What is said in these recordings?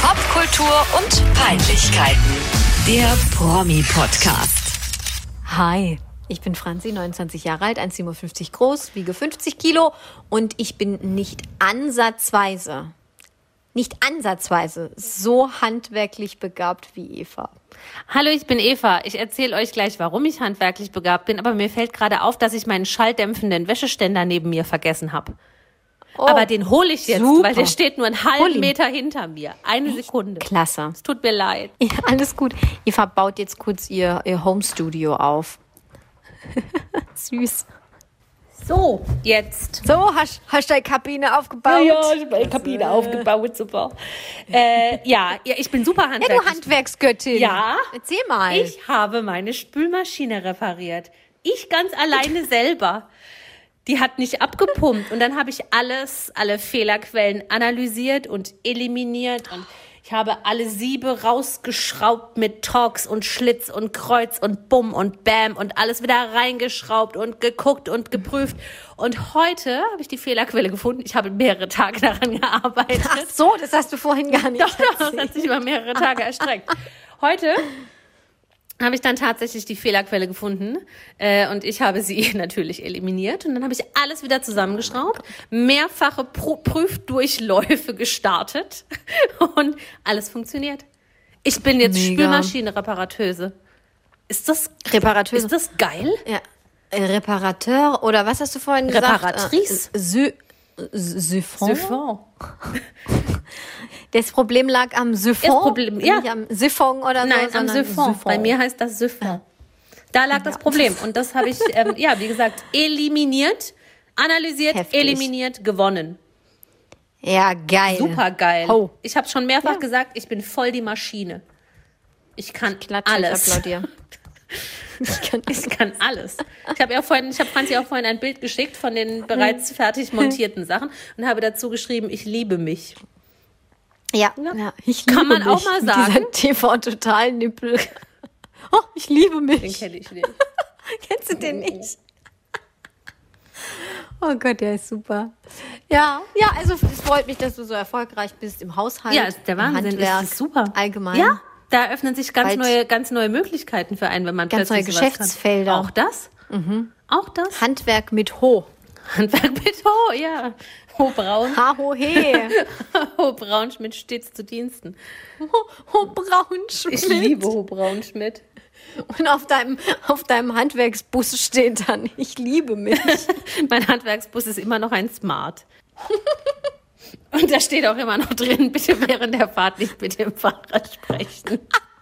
Popkultur und Peinlichkeiten. Der Promi-Podcast. Hi, ich bin Franzi, 29 Jahre alt, 1,57 groß, wiege 50 Kilo und ich bin nicht ansatzweise so handwerklich begabt wie Eva. Hallo, ich bin Eva. Ich erzähle euch gleich, warum ich handwerklich begabt bin, aber mir fällt gerade auf, dass ich meinen schalldämpfenden Wäscheständer neben mir vergessen habe. Oh, aber den hole ich jetzt, super. weil der steht nur einen halben Meter hinter mir. Eine Sekunde. Klasse. Es tut mir leid. Ja, alles gut. Eva baut jetzt kurz ihr Home-Studio Süß. So, jetzt. So, hast du deine Kabine aufgebaut? Ja, ich habe meine Kabine aufgebaut, super. Ja, ich bin super handwerklich. Ja, du Handwerksgöttin. Ja. Erzähl mal. Ich habe meine Spülmaschine repariert. Ich ganz alleine selber. Die hat nicht abgepumpt. Und dann habe ich alle Fehlerquellen analysiert und eliminiert. Und ich habe alle Siebe rausgeschraubt mit Torx und Schlitz und Kreuz und Bumm und Bam und alles wieder reingeschraubt und geguckt und geprüft. Und heute habe ich die Fehlerquelle gefunden. Ich habe mehrere Tage daran gearbeitet. Ach so, das hast du vorhin gar nicht Doch, das hat sich über mehrere Tage erstreckt. Heute habe ich dann tatsächlich die Fehlerquelle gefunden und ich habe sie natürlich eliminiert und dann habe ich alles wieder zusammengeschraubt, mehrfache Prüfdurchläufe gestartet und alles funktioniert. Ich bin jetzt Spülmaschinenreparateuse. Ist das Reparateuse? Ist das geil? Ja. Reparateur oder was hast du vorhin gesagt? Reparatrice. Siphon. Das Problem lag am Siphon, nicht am Siphon oder so. Nein, am Siphon. Bei mir heißt das Siphon. Da lag das Problem. Und das habe ich, wie gesagt, eliminiert, analysiert, Heftig. Eliminiert, gewonnen. Ja, geil. Super geil. Oh. Ich habe schon mehrfach gesagt, ich bin voll die Maschine. Ich kann alles. Ich applaudiere. Ich kann alles. Ich habe Franzi auch vorhin ein Bild geschickt von den bereits fertig montierten Sachen und habe dazu geschrieben, ich liebe mich. Ja, ich liebe Kann man mich. auch mal sagen. Dieser TV-Total-Nippel. Oh, ich liebe mich. Den kenne ich nicht. Kennst du den nicht? Oh Gott, der ist super. Ja, also es freut mich, dass du so erfolgreich bist im Haushalt. Ja, ist der Wahnsinn. Handwerk, ist super. Allgemein. Ja, da eröffnen sich ganz neue Möglichkeiten für einen, wenn man Ganz neue plötzlich sowas Geschäftsfelder. Kann. Auch das? Auch das? Handwerk mit Ho. Handwerk mit Ho, ja. Ho Braun. Ha, ho, he. Ho Braunschmidt stets zu Diensten. Ho Braunschmidt. Ich liebe Ho Braunschmidt. Und auf deinem Handwerksbus steht dann, ich liebe mich. Mein Handwerksbus ist immer noch ein Smart. Und da steht auch immer noch drin, bitte während der Fahrt nicht mit dem Fahrer sprechen.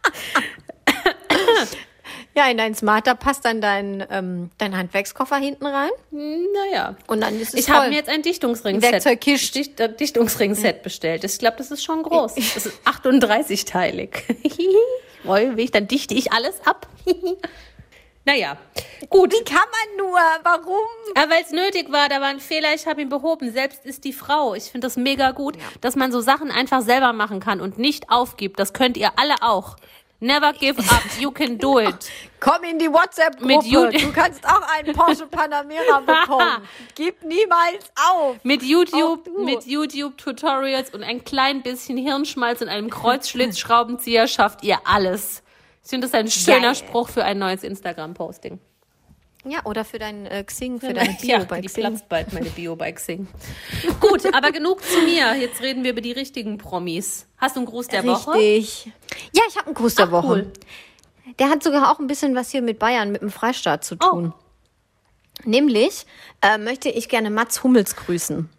Ja, in dein Smart, da passt dann dein Handwerkskoffer hinten rein. Naja. Und dann ist es Ich habe mir jetzt ein Dichtungsring-Set bestellt. Ich glaube, das ist schon groß. Das ist 38-teilig. Ich freue mich, dann dichte ich alles ab. Naja, gut. Wie kann man nur? Warum? Aber weil es nötig war, da war ein Fehler, ich habe ihn behoben. Selbst ist die Frau. Ich finde das mega gut, dass man so Sachen einfach selber machen kann und nicht aufgibt. Das könnt ihr alle auch. Never give up, you can do it. Komm in die WhatsApp-Gruppe. Du kannst auch einen Porsche Panamera bekommen. Gib niemals auf. Mit YouTube-Tutorials und ein klein bisschen Hirnschmalz und einem Kreuzschlitzschraubenzieher schafft ihr alles. Ich finde, das ist ein schöner Spruch für ein neues Instagram-Posting. Ja, oder für dein Xing, für deine Bio bei die Xing. platzt bald, meine Bio bei Xing. Gut, aber genug zu mir. Jetzt reden wir über die richtigen Promis. Hast du einen Gruß der Woche? Richtig. Ja, ich habe einen Gruß der Woche. Cool. Der hat sogar auch ein bisschen was hier mit Bayern, mit dem Freistaat zu tun. Nämlich möchte ich gerne Mats Hummels grüßen.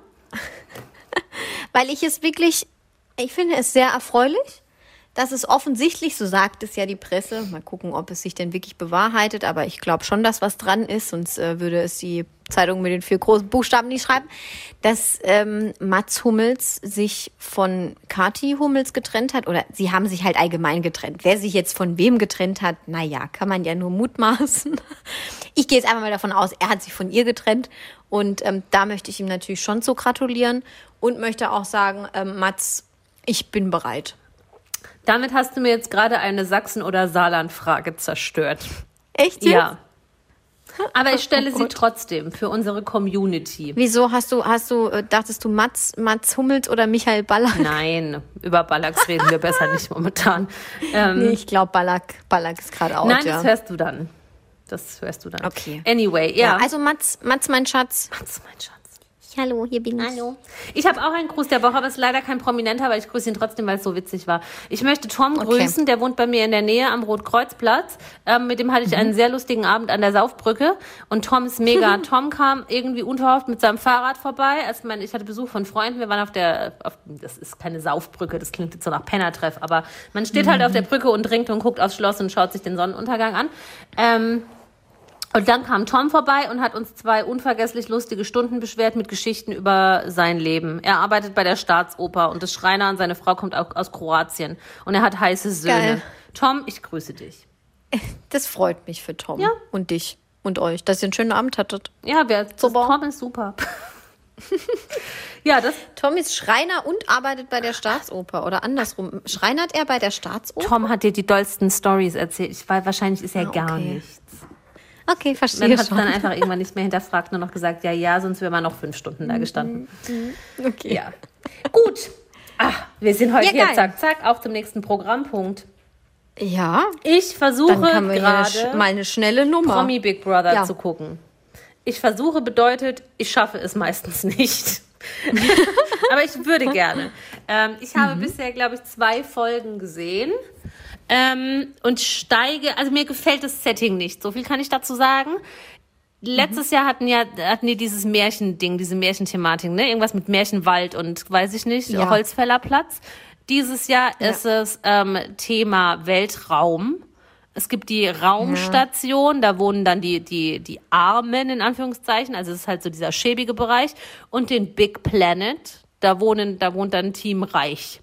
Weil ich finde es sehr erfreulich, dass es offensichtlich, so sagt es ja die Presse, mal gucken, ob es sich denn wirklich bewahrheitet, aber ich glaube schon, dass was dran ist, sonst würde es die Zeitung mit den 4 großen Buchstaben nicht schreiben, dass Mats Hummels sich von Kathi Hummels getrennt hat, oder sie haben sich halt allgemein getrennt. Wer sich jetzt von wem getrennt hat, naja, kann man ja nur mutmaßen. Ich gehe jetzt einfach mal davon aus, er hat sich von ihr getrennt und da möchte ich ihm natürlich schon zu gratulieren und möchte auch sagen, Mats, ich bin bereit. Damit hast du mir jetzt gerade eine Sachsen- oder Saarland-Frage zerstört. Echt jetzt? Ja. Aber ich stelle sie trotzdem für unsere Community. Wieso dachtest du Mats Hummels oder Michael Ballack? Nein, über Ballacks reden wir besser nicht momentan. Nee, ich glaube, Ballack ist gerade out. Nein, ja. das hörst du dann. Okay. Anyway, ja. Also Mats, mein Schatz. Mats, mein Schatz. Hallo, hier bin ich. Hallo. Ich habe auch einen Gruß der Woche, aber es ist leider kein Prominenter, aber ich grüße ihn trotzdem, weil es so witzig war. Ich möchte Tom grüßen, der wohnt bei mir in der Nähe am Rotkreuzplatz. Mit dem hatte ich einen sehr lustigen Abend an der Saufbrücke und Tom ist mega. Tom kam irgendwie unverhofft mit seinem Fahrrad vorbei. Ich hatte Besuch von Freunden, wir waren das ist keine Saufbrücke, das klingt jetzt so nach Pennertreff, aber man steht halt auf der Brücke und trinkt und guckt aufs Schloss und schaut sich den Sonnenuntergang an. Und dann kam Tom vorbei und hat uns 2 unvergesslich lustige Stunden beschwert mit Geschichten über sein Leben. Er arbeitet bei der Staatsoper und ist Schreiner und seine Frau kommt auch aus Kroatien. Und er hat heiße Söhne. Geil. Tom, ich grüße dich. Das freut mich für Tom Ja. und dich und euch, dass ihr einen schönen Abend hattet. Ja, Super. Tom ist super. Ja, Tom ist Schreiner und arbeitet bei der Staatsoper oder andersrum. Schreinert er bei der Staatsoper? Tom hat dir die dollsten Stories erzählt. Wahrscheinlich ist er gar okay. nichts. Okay, verstehe Man hat es schon. dann einfach irgendwann nicht mehr hinterfragt, nur noch gesagt, ja, sonst wären wir noch 5 Stunden da gestanden. Okay. Ja. Gut. Wir sind heute Ja, hier, geil. zack, auf zum nächsten Programmpunkt. Ja, Ich versuche dann haben wir gerade mal eine schnelle Nummer. Promi Big Brother Ja. zu gucken. Ich versuche bedeutet, ich schaffe es meistens nicht. Aber ich würde gerne. Ich habe bisher, glaube ich, 2 Folgen gesehen. Und also mir gefällt das Setting nicht. So viel kann ich dazu sagen. Letztes Jahr hatten die dieses Märchending, diese Märchenthematik, ne? Irgendwas mit Märchenwald und weiß ich nicht, Ja. Holzfällerplatz. Dieses Jahr ist es Thema Weltraum. Es gibt die Raumstation, da wohnen dann die Armen, in Anführungszeichen, also es ist halt so dieser schäbige Bereich. Und den Big Planet, da wohnt dann Team Reich.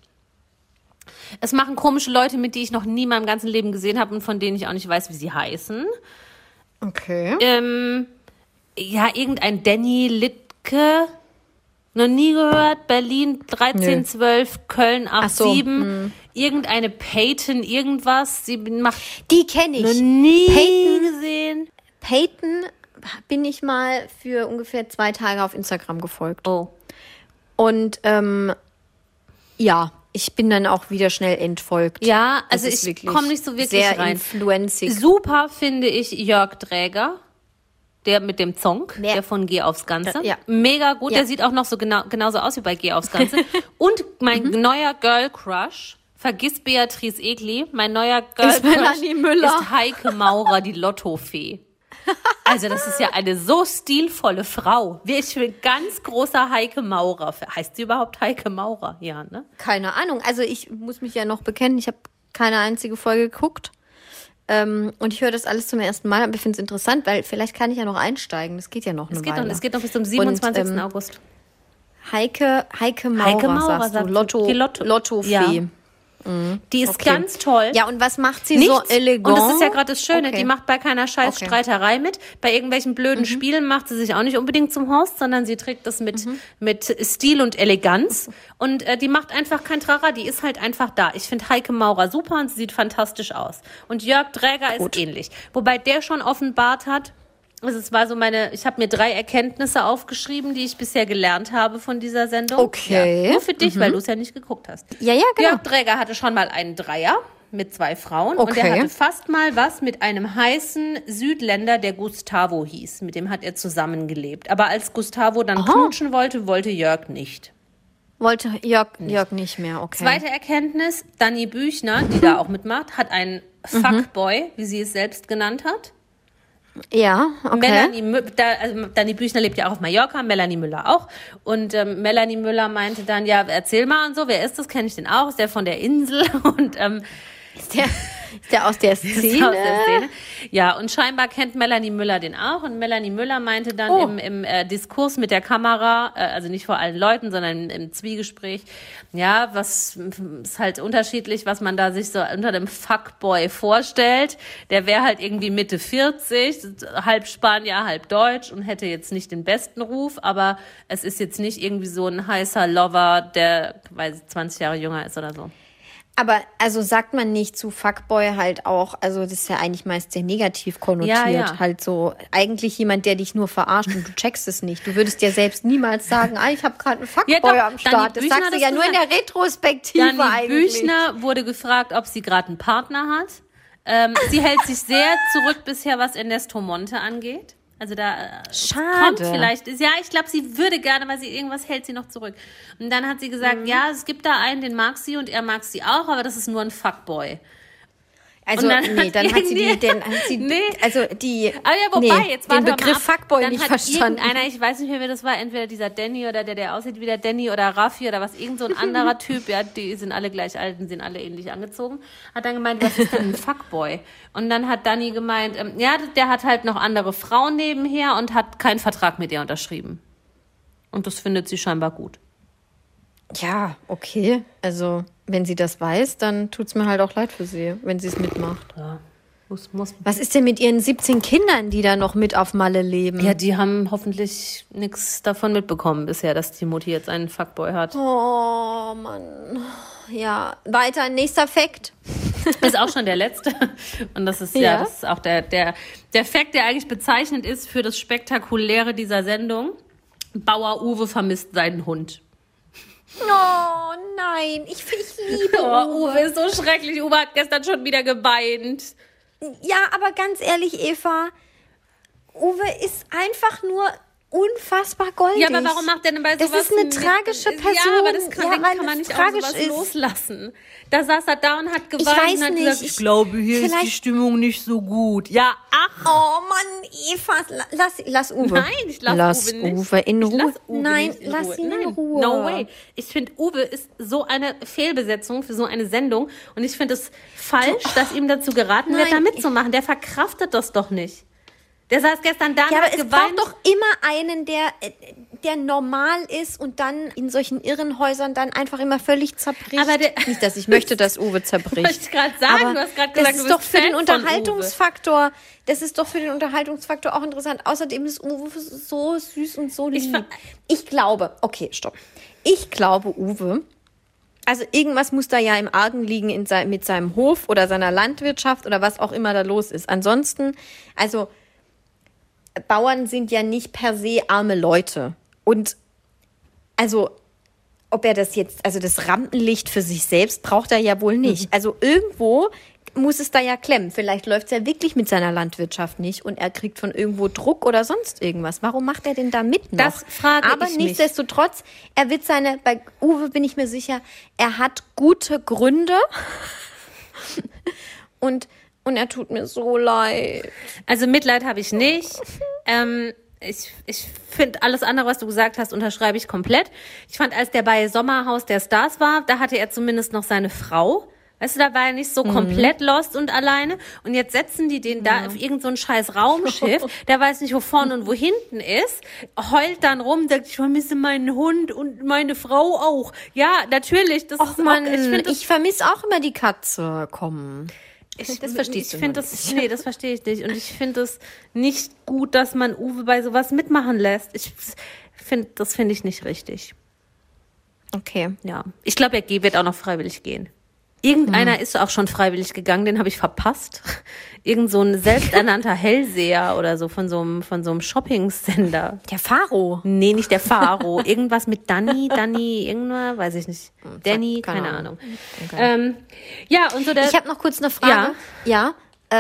Es machen komische Leute mit, die ich noch nie in meinem ganzen Leben gesehen habe und von denen ich auch nicht weiß, wie sie heißen. Okay. Irgendein Danny Littke, noch nie gehört, Berlin 1312, Köln 87, irgendeine Peyton irgendwas, sie macht Die kenne ich. noch nie Peyton. gesehen. Peyton bin ich mal für ungefähr 2 Tage auf Instagram gefolgt. Oh. Und ja, ich bin dann auch wieder schnell entfolgt. Ja, Das also ist ich wirklich komme nicht so wirklich sehr rein. influenzig. Super finde ich Jörg Dräger. Der mit dem Zonk, der von Geh aufs Ganze. Ja. Mega gut, Ja. der sieht auch noch so genauso aus wie bei Geh aufs Ganze. Und mein neuer Girl Crush, vergiss Beatrice Egli, mein neuer Girl Ist Crush Melanie Müller. ist Heike Maurer, die Lottofee. Also das ist ja eine so stilvolle Frau. Ich bin ganz großer Heike Maurer. Heißt sie überhaupt Heike Maurer? Ja, ne? Keine Ahnung. Also ich muss mich ja noch bekennen, ich habe keine einzige Folge geguckt. Und ich höre das alles zum ersten Mal, aber ich finde es interessant, weil vielleicht kann ich ja noch einsteigen. Das geht ja noch eine Weile. Es geht noch bis zum 27. Und, August. Heike Maurer, sagst du. die Lottofee. Ja. Die ist Okay. ganz toll. Ja, und was macht sie Nichts. so elegant? Und das ist ja gerade das Schöne, Okay. die macht bei keiner scheiß Okay. Streiterei mit. Bei irgendwelchen blöden Spielen macht sie sich auch nicht unbedingt zum Host, sondern sie trägt das mit Stil und Eleganz. Und die macht einfach kein Trara, die ist halt einfach da. Ich finde Heike Maurer super und sie sieht fantastisch aus. Und Jörg Dräger ist ähnlich. Wobei der schon offenbart hat, also es war so ich habe mir 3 Erkenntnisse aufgeschrieben, die ich bisher gelernt habe von dieser Sendung. Okay. Ja, nur für dich, weil du es ja nicht geguckt hast. Ja, genau. Jörg Dräger hatte schon mal einen Dreier mit 2 Frauen und Okay. er hatte fast mal was mit einem heißen Südländer, der Gustavo hieß. Mit dem hat er zusammengelebt. Aber als Gustavo dann knutschen wollte Jörg nicht. Wollte Jörg nicht mehr, okay. Zweite Erkenntnis, Dani Büchner, die da auch mitmacht, hat einen Fuckboy, wie sie es selbst genannt hat. Ja, okay. Dani Büchner lebt ja auch auf Mallorca, Melanie Müller auch. Und Melanie Müller meinte dann, ja, erzähl mal und so, wer ist das? Kenne ich den auch? Ist der von der Insel? Und Ist der aus der Szene? Ist aus der Szene. Ja, und scheinbar kennt Melanie Müller den auch. Und Melanie Müller meinte dann im Diskurs mit der Kamera, also nicht vor allen Leuten, sondern im Zwiegespräch, ja, was ist halt unterschiedlich, was man da sich so unter dem Fuckboy vorstellt. Der wäre halt irgendwie Mitte 40, halb Spanier, halb Deutsch und hätte jetzt nicht den besten Ruf, aber es ist jetzt nicht irgendwie so ein heißer Lover, der, weiß ich, 20 Jahre jünger ist oder so. Aber also sagt man nicht zu Fuckboy halt auch, also das ist ja eigentlich meist sehr negativ konnotiert, Ja. halt so eigentlich jemand, der dich nur verarscht und du checkst es nicht. Du würdest dir selbst niemals sagen, ich habe gerade einen Fuckboy doch, am Start. Das Büchner sagst du hat ja das nur in der gesagt. Retrospektive Dani eigentlich. Büchner wurde gefragt, ob sie gerade einen Partner hat. Sie hält sich sehr zurück bisher, was Ernesto Monte angeht. Also da Schade. kommt vielleicht, ja, ich glaube, sie würde gerne, weil sie irgendwas hält sie noch zurück. Und dann hat sie gesagt, ja, es gibt da einen, den mag sie und er mag sie auch, aber das ist nur ein Fuckboy. Also, Und dann hat sie Nee. also die, Aber ja, wobei, jetzt den warte mal Begriff ab. Fuckboy Dann nicht hat verstanden. irgendeiner, ich weiß nicht mehr, wer das war, entweder dieser Danny oder der aussieht wie der Danny oder Raffi oder was, irgend so ein anderer Typ, ja, die sind alle gleich alt und sind alle ähnlich angezogen, hat dann gemeint, was ist denn ein Fuckboy? Und dann hat Danny gemeint, ja, der hat halt noch andere Frauen nebenher und hat keinen Vertrag mit ihr unterschrieben. Und das findet sie scheinbar gut. Ja, okay. Also, wenn sie das weiß, dann tut's mir halt auch leid für sie, wenn sie es mitmacht. Ja, muss. Was ist denn mit ihren 17 Kindern, die da noch mit auf Malle leben? Ja, die haben hoffentlich nichts davon mitbekommen bisher, dass die Mutti jetzt einen Fuckboy hat. Oh, Mann. Ja, weiter, nächster Fakt. Ist auch schon der letzte. Und das ist Ja. das ist auch der Fakt, der eigentlich bezeichnend ist für das Spektakuläre dieser Sendung. Bauer Uwe vermisst seinen Hund. Oh, nein, ich liebe Oh, Uwe ist so schrecklich. Uwe hat gestern schon wieder geweint. Ja, aber ganz ehrlich, Eva, Uwe ist einfach nur unfassbar goldig. Ja, aber warum macht er denn bei Das sowas ist eine mit? tragische Person. Ja, aber das kann, Ja, den weil kann man das nicht auf tragisch sowas ist. loslassen. Da saß er da und hat geweint weiß und hat nicht, gesagt, ich glaube, hier ist die vielleicht- Stimmung nicht so gut. Ja, ach. Oh Mann, Eva, lass Uwe. Nein, ich lass Uwe nicht. Uwe in Ich Ruhe. lass Uwe Nein, nicht in lass Ruhe. ihn in Nein, Ruhe. No way. Ich finde, Uwe ist so eine Fehlbesetzung für so eine Sendung und ich finde es falsch, dass ihm dazu geraten wird, da Nein. mitzumachen. Der verkraftet das doch nicht. Der saß gestern da und Ja, aber hat es geweint. braucht doch immer einen, der normal ist und dann in solchen Irrenhäusern dann einfach immer völlig zerbricht. Aber nicht, dass ich möchte, dass Uwe zerbricht. Wollte ich gerade sagen, Aber du hast gerade das gesagt, ist du doch bist für den Fan von Unterhaltungsfaktor. Das ist doch für den Unterhaltungsfaktor auch interessant. Außerdem ist Uwe so süß und so lieb. Ich glaube, okay, stopp. Ich glaube, Uwe, also irgendwas muss da ja im Argen liegen mit seinem Hof oder seiner Landwirtschaft oder was auch immer da los ist. Ansonsten, also Bauern sind ja nicht per se arme Leute. Und also, ob er das jetzt, also das Rampenlicht für sich selbst braucht er ja wohl nicht. Also irgendwo muss es da ja klemmen. Vielleicht läuft es ja wirklich mit seiner Landwirtschaft nicht und er kriegt von irgendwo Druck oder sonst irgendwas. Warum macht er denn da mit noch? Das frage Aber ich mich. nichtsdestotrotz, er wird bei Uwe bin ich mir sicher, er hat gute Gründe und er tut mir so leid. Also Mitleid habe ich nicht. Ich finde alles andere, was du gesagt hast, unterschreibe ich komplett. Ich fand, als der bei Sommerhaus der Stars war, da hatte er zumindest noch seine Frau. Weißt du, da war er nicht so komplett lost und alleine. Und jetzt setzen die den da auf irgend so ein scheiß Raumschiff, der weiß nicht, wo vorne und wo hinten ist, heult dann rum, sagt, ich vermisse meinen Hund und meine Frau auch. Ja, natürlich. Das Och ist Mann, auch, ich finde das ich vermisse auch immer die Katze. Komm. Das verstehst du finde noch das, nee, das verstehe ich nicht. Und ich finde es nicht gut, dass man Uwe bei sowas mitmachen lässt. Das finde ich nicht richtig. Okay. Ja. Ich glaube, er wird auch noch freiwillig gehen. Irgendeiner ist auch schon freiwillig gegangen, den habe ich verpasst. Irgend so ein selbsternannter Hellseher oder so von so einem Shopping-Sender. Der Faro. Nee, nicht der Faro. Irgendwas mit Danny, irgendwas, weiß ich nicht. Danny, keine Ahnung. Okay. Ja, und so der... Ich habe noch kurz eine Frage. Ja.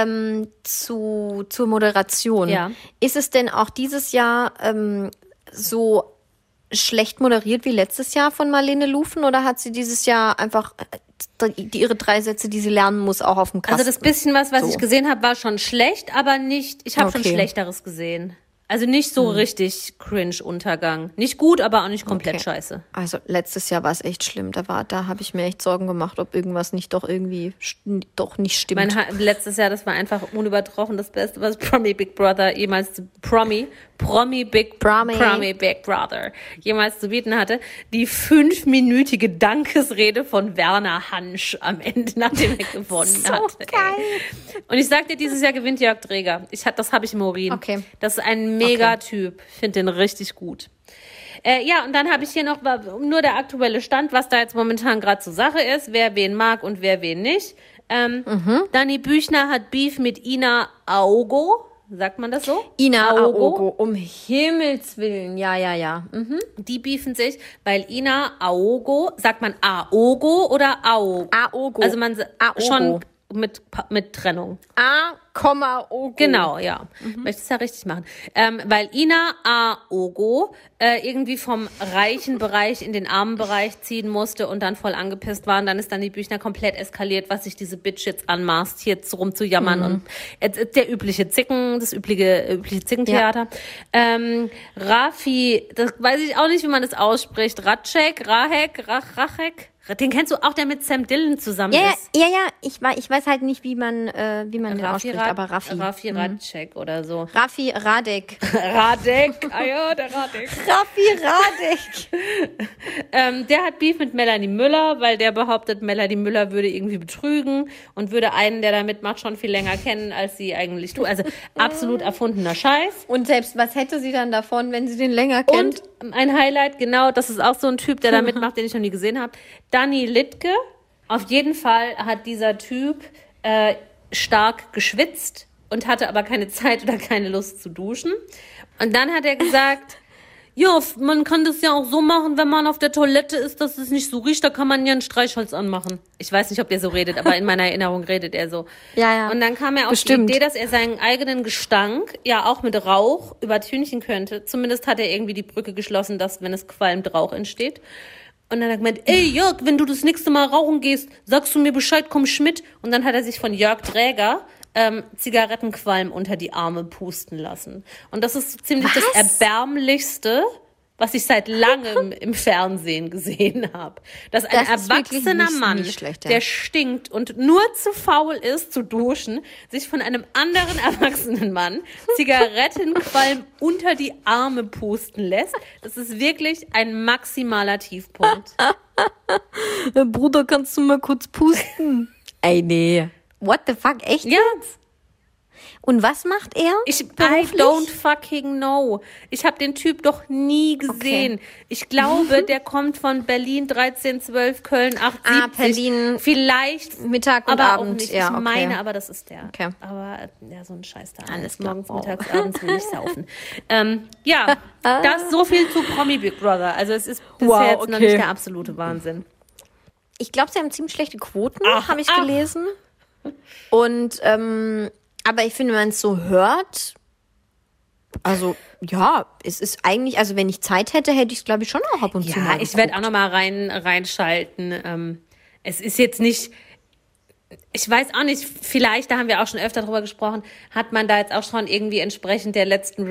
Zur Moderation. Ja. Ist es denn auch dieses Jahr so schlecht moderiert wie letztes Jahr von Marlene Lufen oder hat sie dieses Jahr einfach ihre 3 Sätze, die sie lernen muss, auch auf dem Kasten? Also das bisschen was So. ich gesehen habe, war schon schlecht, aber nicht, ich habe schon Okay. Schlechteres gesehen. Also nicht so richtig Cringe-Untergang. Nicht gut, aber auch nicht komplett Okay. scheiße. Also letztes Jahr war es echt schlimm. Da habe ich mir echt Sorgen gemacht, ob irgendwas nicht doch irgendwie doch nicht stimmt. Letztes Jahr, das war einfach unübertroffen das Beste, was Promi Big Brother jemals Promi Big Brother jemals zu bieten hatte. Die 5-minütige Dankesrede von Werner Hansch am Ende, nachdem er gewonnen So hatte. geil. Und ich sag dir, dieses Jahr gewinnt Jörg Träger. Das habe ich im Urin. Okay. Das ist ein Mega-Typ. Finde den richtig gut. Ja, und dann habe ich hier noch nur der aktuelle Stand, was da jetzt momentan gerade zur Sache ist, wer wen mag und wer wen nicht. Dani Büchner hat Beef mit Ina Aogo. Sagt man das so? Ina Aogo, um Himmels Willen. Ja. Mhm. Die beefen sich, weil Ina Aogo, sagt man Aogo oder Aogo? Aogo. Also man Aogo. Schon mit Trennung. A,Ogo. Genau, ja. Möchte es ja richtig machen. Weil Ina Aogo irgendwie vom reichen Bereich in den armen Bereich ziehen musste und dann voll angepisst war. Und dann ist Dani Büchner komplett eskaliert, was sich diese Bitch jetzt anmaßt, hier rumzujammern. Und der übliche das übliche Zickentheater. Ja. Rafi, das weiß ich auch nicht, wie man das ausspricht. Rachek. Den kennst du auch, der mit Sam Dillon zusammen ist. Ja, ich weiß halt nicht, wie man den ausspricht, aber Raffi. Raffi Radek oder so. Raffi Radek. Radek, der Radek. Raffi Radek. Der hat Beef mit Melanie Müller, weil der behauptet, Melanie Müller würde irgendwie betrügen und würde einen, der da mitmacht, schon viel länger kennen, als sie eigentlich tut. Also absolut erfundener Scheiß. Und selbst, was hätte sie dann davon, wenn sie den länger kennt? Und ein Highlight, genau, das ist auch so ein Typ, der da mitmacht, den ich noch nie gesehen habe. Dani Littke. Auf jeden Fall hat dieser Typ stark geschwitzt und hatte aber keine Zeit oder keine Lust zu duschen. Und dann hat er gesagt, ja, man kann das ja auch so machen, wenn man auf der Toilette ist, dass es nicht so riecht, da kann man ja ein Streichholz anmachen. Ich weiß nicht, ob der so redet, aber in meiner Erinnerung redet er so. Ja. Und dann kam er auf die Idee, dass er seinen eigenen Gestank ja auch mit Rauch übertünchen könnte. Zumindest hat er irgendwie die Brücke geschlossen, dass, wenn es qualmt, Rauch entsteht. Und dann hat er gemeint, ey Jörg, wenn du das nächste Mal rauchen gehst, sagst du mir Bescheid, komm Schmidt. Und dann hat er sich von Jörg Träger Zigarettenqualm unter die Arme pusten lassen. Und das ist so ziemlich das Erbärmlichste, was ich seit langem im Fernsehen gesehen habe. Dass ein erwachsener Mann, der stinkt und nur zu faul ist zu duschen, sich von einem anderen erwachsenen Mann Zigarettenqualm unter die Arme pusten lässt. Das ist wirklich ein maximaler Tiefpunkt. Bruder, kannst du mal kurz pusten? Ey, nee. What the fuck, echt ja. Jetzt? Und was macht er? I don't fucking know. Ich habe den Typ doch nie gesehen. Okay. Ich glaube, der kommt von Berlin 1312, Köln 870. Berlin. Vielleicht Mittag und aber Abend. Auch nicht. Ja, ich okay. meine, aber das ist der. Okay. Aber ja, so ein Scheiß da. Alles klar. Morgens, mittags, abends will ich saufen. Ja, das so viel zu Promi Big Brother. Also es ist bisher jetzt noch nicht der absolute Wahnsinn. Ich glaube, sie haben ziemlich schlechte Quoten, habe ich gelesen. Und aber ich finde, wenn man es so hört, also ja, es ist eigentlich, also wenn ich Zeit hätte, hätte ich es, glaube ich, schon auch ab und zu mal geguckt. Ich werde auch noch mal reinschalten. Es ist jetzt nicht, ich weiß auch nicht, vielleicht, da haben wir auch schon öfter drüber gesprochen, hat man da jetzt auch schon irgendwie entsprechend der letzten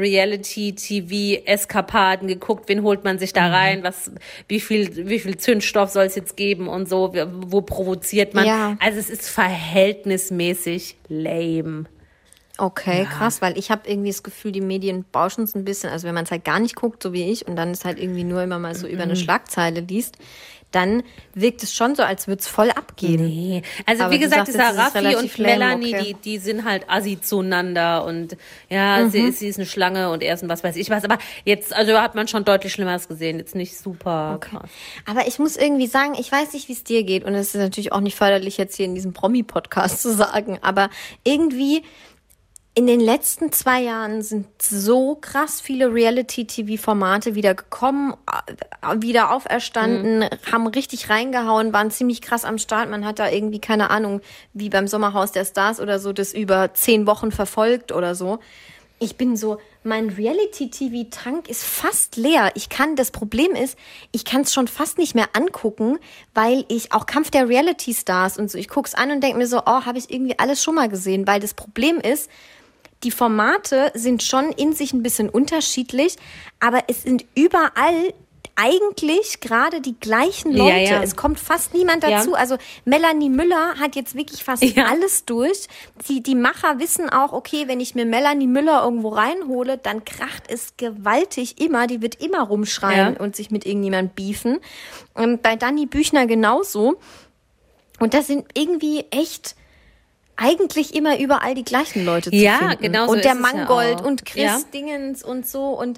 Reality-TV-Eskapaden geguckt, wen holt man sich da rein, wie viel Zündstoff soll es jetzt geben und so, wo provoziert man. Ja. Also es ist verhältnismäßig lame. Okay, krass, weil ich habe irgendwie das Gefühl, die Medien bauschen es ein bisschen, also wenn man es halt gar nicht guckt, so wie ich, und dann ist halt irgendwie nur immer mal so über eine Schlagzeile liest, dann wirkt es schon so, als würde es voll abgehen. Nee, also aber wie gesagt, dieser Raffi und Melanie, okay. die sind halt assi zueinander und ja, sie ist eine Schlange und er ist ein was weiß ich was, aber jetzt, also hat man schon deutlich Schlimmeres gesehen, jetzt nicht super krass. Aber ich muss irgendwie sagen, ich weiß nicht, wie es dir geht und es ist natürlich auch nicht förderlich, jetzt hier in diesem Promi-Podcast zu sagen, aber irgendwie in den letzten 2 Jahren sind so krass viele Reality-TV-Formate wieder gekommen, wieder auferstanden, haben richtig reingehauen, waren ziemlich krass am Start. Man hat da irgendwie, keine Ahnung, wie beim Sommerhaus der Stars oder so, das über 10 Wochen verfolgt oder so. Ich bin so, mein Reality-TV-Tank ist fast leer. Das Problem ist, ich kann es schon fast nicht mehr angucken, weil ich auch Kampf der Reality-Stars und so, ich guck's an und denke mir so, habe ich irgendwie alles schon mal gesehen, weil das Problem ist, die Formate sind schon in sich ein bisschen unterschiedlich, aber es sind überall eigentlich gerade die gleichen Leute. Ja. Es kommt fast niemand dazu. Ja. Also Melanie Müller hat jetzt wirklich fast alles durch. Die Macher wissen auch, okay, wenn ich mir Melanie Müller irgendwo reinhole, dann kracht es gewaltig immer. Die wird immer rumschreien und sich mit irgendjemandem beefen. Und bei Dani Büchner genauso. Und das sind irgendwie echt eigentlich immer überall die gleichen Leute zu finden. Genau so und der ist Mangold ja und Chris Dingens und so. Und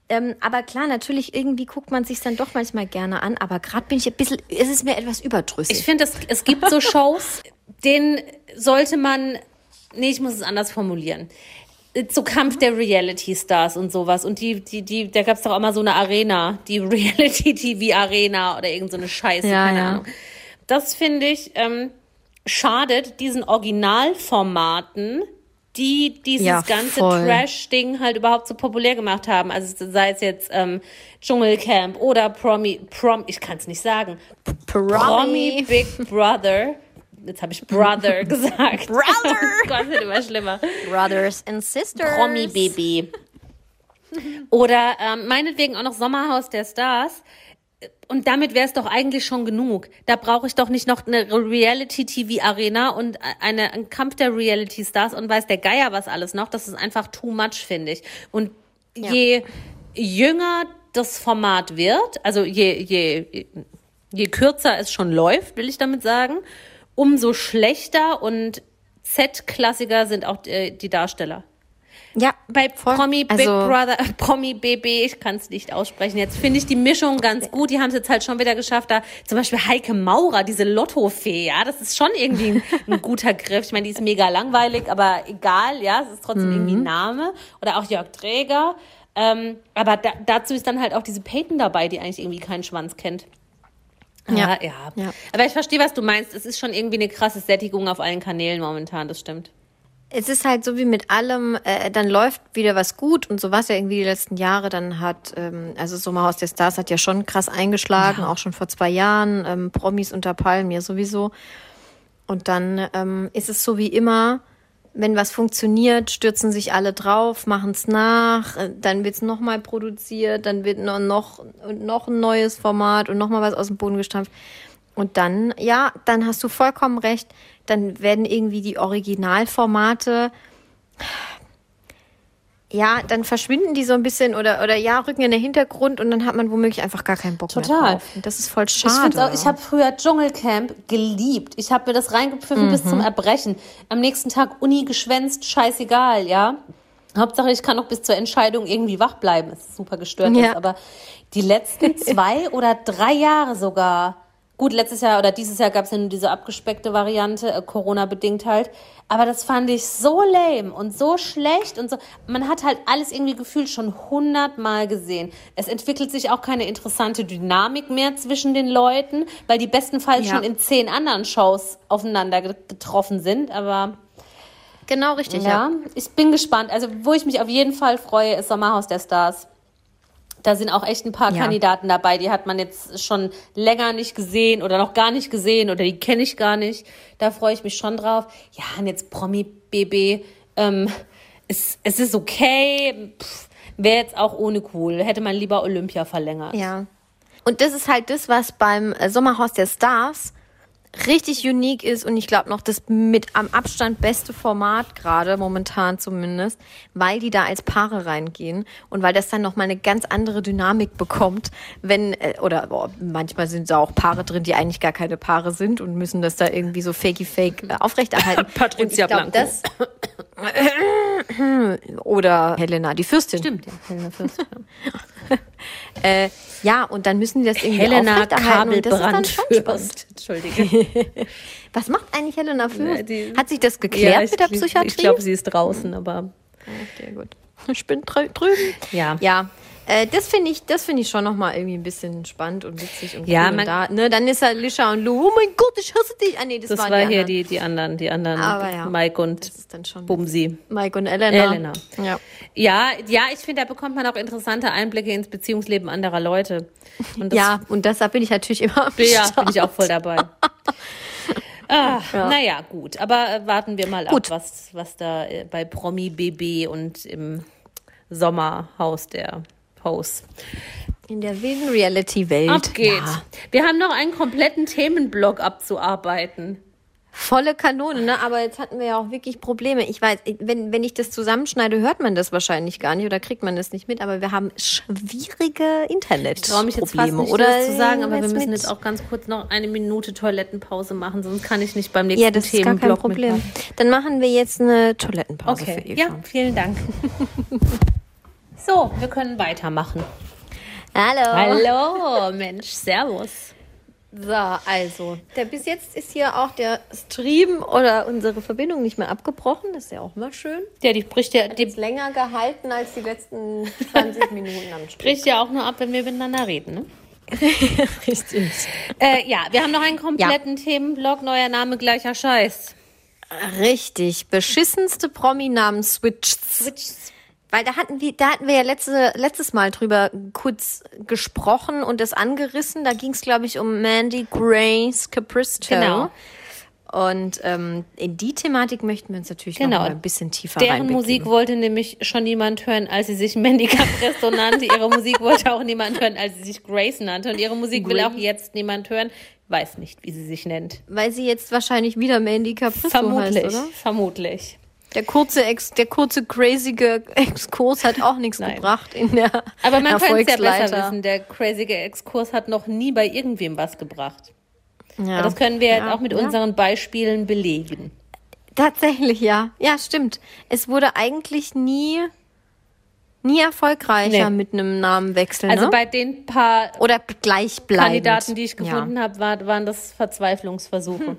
Aber klar, natürlich, irgendwie guckt man sich dann doch manchmal gerne an. Aber gerade bin ich ein bisschen, es ist mir etwas überdrüssig. Ich finde, es gibt so Shows, denen sollte man, ich muss es anders formulieren. So Kampf der Reality-Stars und sowas. Und da gab es doch auch mal so eine Arena, die Reality-TV-Arena oder irgend so eine Scheiße, keine Ahnung. Das finde ich, schadet diesen Originalformaten, die dieses ganze Trash-Ding halt überhaupt so populär gemacht haben. Also sei es jetzt Dschungelcamp oder ich kann es nicht sagen. Promi Big Brother. Jetzt habe ich Brother gesagt. Brother! Gott, wird immer schlimmer. Brothers and Sisters. Promi Baby. Oder meinetwegen auch noch Sommerhaus der Stars. Und damit wäre es doch eigentlich schon genug. Da brauche ich doch nicht noch eine Reality-TV-Arena und einen Kampf der Reality-Stars und weiß der Geier was alles noch. Das ist einfach too much, finde ich. Und je jünger das Format wird, also je kürzer es schon läuft, will ich damit sagen, umso schlechter und Z-klassiger sind auch die Darsteller. Ja, bei Promi Big Brother, Promi BB, ich kann es nicht aussprechen. Jetzt finde ich die Mischung ganz gut. Die haben es jetzt halt schon wieder geschafft. Da zum Beispiel Heike Maurer, diese Lottofee, ja, das ist schon irgendwie ein guter Griff. Ich meine, die ist mega langweilig, aber egal, ja, es ist trotzdem irgendwie ein Name. Oder auch Jörg Träger. Aber dazu ist dann halt auch diese Peyton dabei, die eigentlich irgendwie keinen Schwanz kennt. Ja. Aber ich verstehe, was du meinst. Es ist schon irgendwie eine krasse Sättigung auf allen Kanälen momentan, das stimmt. Es ist halt so wie mit allem, dann läuft wieder was gut und so was ja irgendwie die letzten Jahre dann hat, also Sommerhaus der Stars hat ja schon krass eingeschlagen, auch schon vor 2 Jahren, Promis unter Palmen ja sowieso. Und dann ist es so wie immer, wenn was funktioniert, stürzen sich alle drauf, machen es nach, dann wird es nochmal produziert, dann wird noch ein neues Format und nochmal was aus dem Boden gestampft. Und dann, dann hast du vollkommen recht, dann werden irgendwie die Originalformate, dann verschwinden die so ein bisschen oder rücken in den Hintergrund und dann hat man womöglich einfach gar keinen Bock mehr drauf. Und das ist voll schade. Ich habe früher Dschungelcamp geliebt. Ich habe mir das reingepfiffen bis zum Erbrechen. Am nächsten Tag Uni geschwänzt, scheißegal, ja. Hauptsache, ich kann noch bis zur Entscheidung irgendwie wach bleiben. Es ist super gestört, aber die letzten 2 oder 3 Jahre sogar. Gut, letztes Jahr oder dieses Jahr gab es ja nur diese abgespeckte Variante, Corona-bedingt halt. Aber das fand ich so lame und so schlecht und so. Man hat halt alles irgendwie gefühlt schon 100-mal gesehen. Es entwickelt sich auch keine interessante Dynamik mehr zwischen den Leuten, weil die bestenfalls schon in 10 anderen Shows aufeinander getroffen sind. Aber genau richtig, ich bin gespannt. Also wo ich mich auf jeden Fall freue, ist Sommerhaus der Stars. Da sind auch echt ein paar Kandidaten dabei, die hat man jetzt schon länger nicht gesehen oder noch gar nicht gesehen oder die kenne ich gar nicht. Da freue ich mich schon drauf. Ja, und jetzt Promi BB, es ist okay, wäre jetzt auch ohne cool. Hätte man lieber Olympia verlängert. Ja, und das ist halt das, was beim Sommerhaus der Stars richtig unique ist und ich glaube noch das mit am Abstand beste Format gerade, momentan zumindest, weil die da als Paare reingehen und weil das dann nochmal eine ganz andere Dynamik bekommt, manchmal sind da auch Paare drin, die eigentlich gar keine Paare sind und müssen das da irgendwie so fakey-fake aufrechterhalten. Patricia Blanco. Oder Helena, die Fürstin. Stimmt, ja, Helena Fürstin. Und dann müssen die das irgendwie Helena aufrechterhalten und das ist dann schon spannend. Entschuldige. Was macht eigentlich Helena Fürst? Hat sich das geklärt mit der Psychiatrie? Ich glaube, sie ist draußen, aber... Okay, gut. Ich bin drüben. Ja. Das finde ich schon nochmal irgendwie ein bisschen spannend und witzig und cool. Und da, ne, dann ist halt Lisha und Lou, oh mein Gott, ich hasse dich. Ah, nee, das war hier die anderen aber Mike und Bumsi. Mike und Elena. Ja, ich finde, da bekommt man auch interessante Einblicke ins Beziehungsleben anderer Leute. Und und deshalb bin ich natürlich immer bin ich auch voll dabei. Naja, gut. Aber warten wir mal ab, was da bei Promi BB und im Sommerhaus der Hosts in der wilden Reality-Welt abgeht. Ja. Wir haben noch einen kompletten Themenblock abzuarbeiten. Volle Kanone, ne? Aber jetzt hatten wir ja auch wirklich Probleme. Ich weiß, wenn ich das zusammenschneide, hört man das wahrscheinlich gar nicht oder kriegt man das nicht mit, aber wir haben schwierige Internetprobleme. Ich traue mich jetzt fast nicht, das zu sagen, aber wir müssen jetzt auch ganz kurz noch 1 Minute Toilettenpause machen, sonst kann ich nicht beim nächsten Themenblock mitmachen. Ja, das ist gar kein Problem. Dann machen wir jetzt eine Toilettenpause für Eva. Ja, vielen Dank. So, wir können weitermachen. Hallo. Hallo, Mensch, servus. So, also, bis jetzt ist hier auch der Stream oder unsere Verbindung nicht mehr abgebrochen. Das ist ja auch mal schön. Ja, die bricht ja, Die ist länger gehalten als die letzten 20 Minuten am Stück. bricht ja auch nur ab, wenn wir miteinander reden, ne? Richtig. Ja, wir haben noch einen kompletten Themenblock, neuer Name, gleicher Scheiß. Richtig. Beschissenste Promi-Namen Switches. Weil da hatten wir ja letztes Mal drüber kurz gesprochen und das angerissen. Da ging es, glaube ich, um Mandy Grace Capristo. Genau. Und in die Thematik möchten wir uns natürlich noch mal ein bisschen tiefer Deren reinbegeben. Musik wollte nämlich schon niemand hören, als sie sich Mandy Capristo nannte. Ihre Musik wollte auch niemand hören, als sie sich Grace nannte. Und ihre Musik will auch jetzt niemand hören. Weiß nicht, wie sie sich nennt. Weil sie jetzt wahrscheinlich wieder Mandy Capristo heißt, oder? Vermutlich. Der kurze crazige Exkurs hat auch nichts gebracht in der Aber man könnte es ja besser Erfolgsleiter. wissen. Der crazige Exkurs hat noch nie bei irgendwem was gebracht. Ja. Aber das können wir jetzt auch mit unseren Beispielen belegen. Tatsächlich, ja. Ja, stimmt. Es wurde eigentlich nie erfolgreicher mit einem Namenwechsel. Also ne? bei den paar Oder gleichbleibend. Kandidaten, die ich gefunden habe, waren das Verzweiflungsversuche.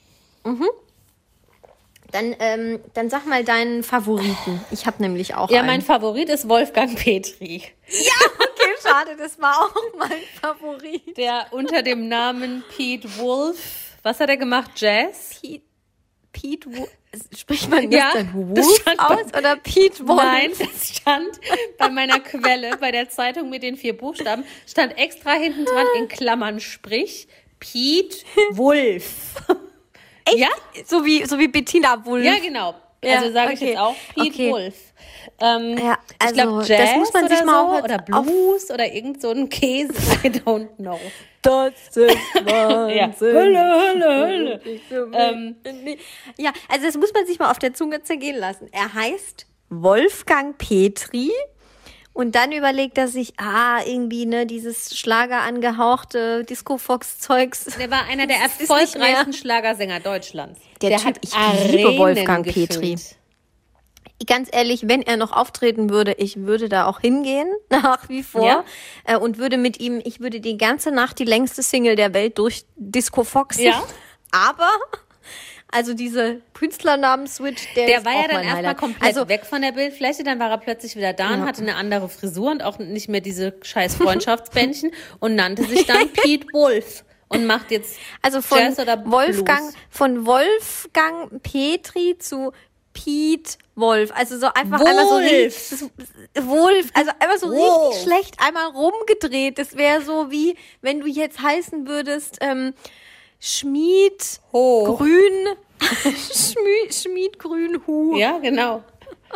Dann sag mal deinen Favoriten. Ich habe nämlich auch Ja, einen. mein Favorit ist Wolfgang Petri, Okay, schade, das war auch mein Favorit. der unter dem Namen Pete Wolf, was hat er gemacht? Jazz? Pete Wolf. Spricht man das Ja, dann das Wolf stand aus oder Pete Wolf? Nein, das stand bei meiner Quelle, bei der Zeitung mit den 4 Buchstaben, stand extra hinten dran in Klammern, sprich Pete Wolf. Echt? Ja? So wie Bettina Wolf. Ja, genau. Ja, Also sage ich okay. jetzt auch Pete Wolf. Ja, Ich glaube also, Jazz das muss man oder sich mal so, oder Blues oder irgend so ein Käse. I don't know. Das ist Wahnsinn. Ja. Hölle. Ja, also das muss man sich mal auf der Zunge zergehen lassen. Er heißt Wolfgang Petri und dann überlegt er sich, irgendwie, ne, dieses Schlager angehauchte Disco-Fox-Zeugs. Der war einer der Das ist nicht erfolgreichsten mehr. Schlagersänger Deutschlands. Der Typ, hat ich liebe Arenen Wolfgang gefüllt. Petri. Ganz ehrlich, wenn er noch auftreten würde, ich würde da auch hingehen, nach wie vor. Und würde mit ihm, ich würde die ganze Nacht die längste Single der Welt durch Disco Foxen. Ja. Aber, also diese Künstlernamen-Switch, Der ist war auch ja dann mein erstmal Highlight. komplett Also, weg von der Bildfläche, dann war er plötzlich wieder da und hatte eine andere Frisur und auch nicht mehr diese scheiß Freundschaftsbändchen und nannte sich dann Pete Wolf und macht jetzt also von Jazz oder Wolfgang Blues. Petri zu Pete Wolf. Also so einfach Wolf. einmal so richtig, Wolf, also einfach so Wolf. richtig schlecht einmal rumgedreht. Das wäre so wie, wenn du jetzt heißen würdest, Schmied Ho. Grün, Schmied Grün Hu. Ja, genau.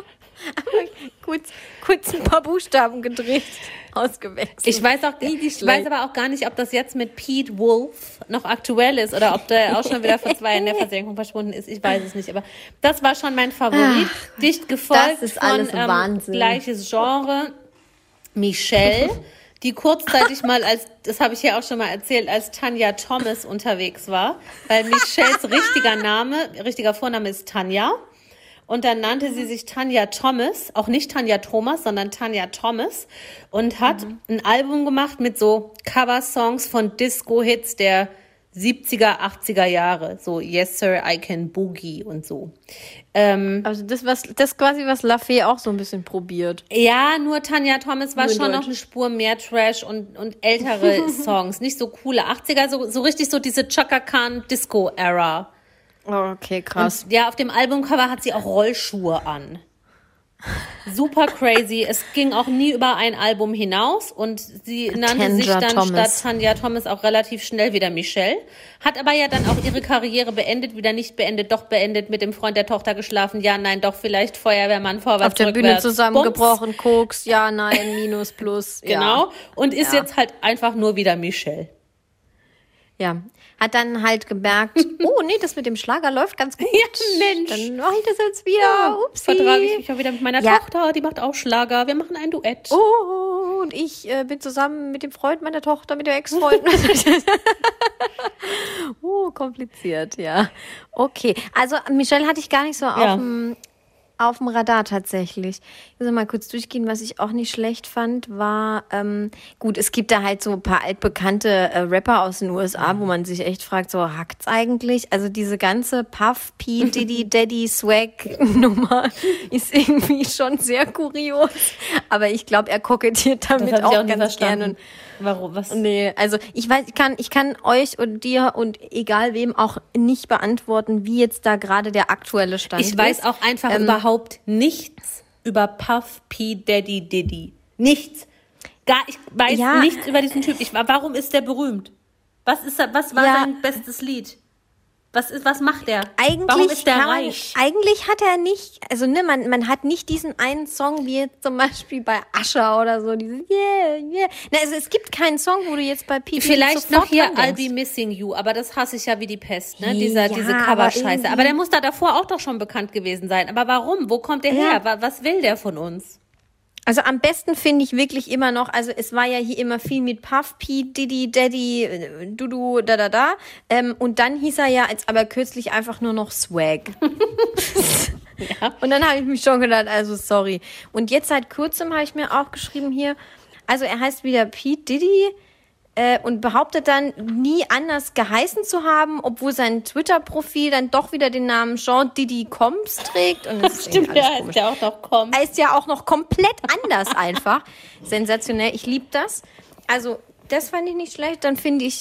Kurz ein paar Buchstaben gedreht, ausgewechselt. Ich weiß aber auch gar nicht, ob das jetzt mit Pete Wolf noch aktuell ist oder ob der auch schon wieder vor 2 Jahren in der Versenkung verschwunden ist. Ich weiß es nicht, aber das war schon mein Favorit. Dicht gefolgt das ist alles von Wahnsinn. gleiches Genre, Michelle, die kurzzeitig mal das habe ich ja auch schon mal erzählt, als Tanja Thomas unterwegs war, weil Michelles richtiger Vorname ist Tanja. Und dann nannte sie sich Tanja Thomas, auch nicht Tanja Thomas, sondern Tanja Thomas und hat ein Album gemacht mit so Cover-Songs von Disco-Hits der 70er, 80er Jahre. So Yes Sir, I Can Boogie und so. Also das quasi, was Lafay auch so ein bisschen probiert. Ja, nur Tanja Thomas war Nur in schon noch Deutsch. eine Spur mehr Trash und ältere Songs. Nicht so coole 80er, so richtig so diese Chaka Khan Disco-Era. Okay, krass. Und ja, auf dem Albumcover hat sie auch Rollschuhe an. Super crazy. Es ging auch nie über ein Album hinaus und sie nannte sich dann statt Tanja Thomas auch relativ schnell wieder Michelle. Hat aber ja dann auch ihre Karriere beendet, wieder nicht beendet, doch beendet, mit dem Freund der Tochter geschlafen, ja, nein, doch, vielleicht Feuerwehrmann, vorwärts, auf der Bühne rückwärts, zusammengebrochen, Bums. Koks, ja, nein, Minus, Plus. Genau. Und ist jetzt halt einfach nur wieder Michelle. Ja. Hat dann halt gemerkt, oh nee, das mit dem Schlager läuft ganz gut. Ja, Mensch. Dann mache ich das jetzt wieder. Upsi. Vertrage ich mich auch wieder mit meiner Tochter, die macht auch Schlager. Wir machen ein Duett. Oh, und ich bin zusammen mit dem Freund meiner Tochter, mit dem Ex-Freund. Kompliziert, ja. Okay, also Michelle hatte ich gar nicht so auf dem auf dem Radar tatsächlich. Ich muss mal kurz durchgehen, was ich auch nicht schlecht fand, war, gut, es gibt da halt so ein paar altbekannte Rapper aus den USA, wo man sich echt fragt, so, hackt's eigentlich? Also diese ganze Puff, P, Diddy, Daddy, Swag-Nummer ist irgendwie schon sehr kurios. Aber ich glaube, er kokettiert damit Das hab ich auch auch nicht ganz verstanden. gerne. Warum? Was? Nee, also ich weiß, ich kann euch und dir und egal wem auch nicht beantworten, wie jetzt da gerade der aktuelle Stand ist. Ich weiß auch einfach überhaupt nichts über Puff P Daddy Diddy. Nichts. Ich weiß nichts über diesen Typ. Warum ist der berühmt? Was war sein bestes Lied? Was macht der? Warum ist der reich? Eigentlich hat er nicht, also ne, man hat nicht diesen einen Song wie jetzt zum Beispiel bei Usher oder so, dieses Yeah, yeah. Na, also es gibt keinen Song, wo du jetzt bei P. Vielleicht noch hier I'll Be Missing You, aber das hasse ich ja wie die Pest, ne? Diese Coverscheiße. Aber der muss da davor auch doch schon bekannt gewesen sein. Aber warum? Wo kommt der her? Was will der von uns? Also am besten finde ich wirklich immer noch, also es war ja hier immer viel mit Puff, P, Diddy, Daddy, Dudu, da. Und dann hieß er ja jetzt aber kürzlich einfach nur noch Swag. Ja. Und dann habe ich mich schon gedacht, also sorry. Und jetzt seit kurzem habe ich mir auch geschrieben hier, also er heißt wieder P, Diddy, und behauptet dann, nie anders geheißen zu haben, obwohl sein Twitter-Profil dann doch wieder den Namen Jean Diddy Combs trägt. Und das stimmt, der heißt ja auch noch Combs. Er ist ja auch noch komplett anders einfach. Sensationell, ich liebe das. Also, das fand ich nicht schlecht. Dann finde ich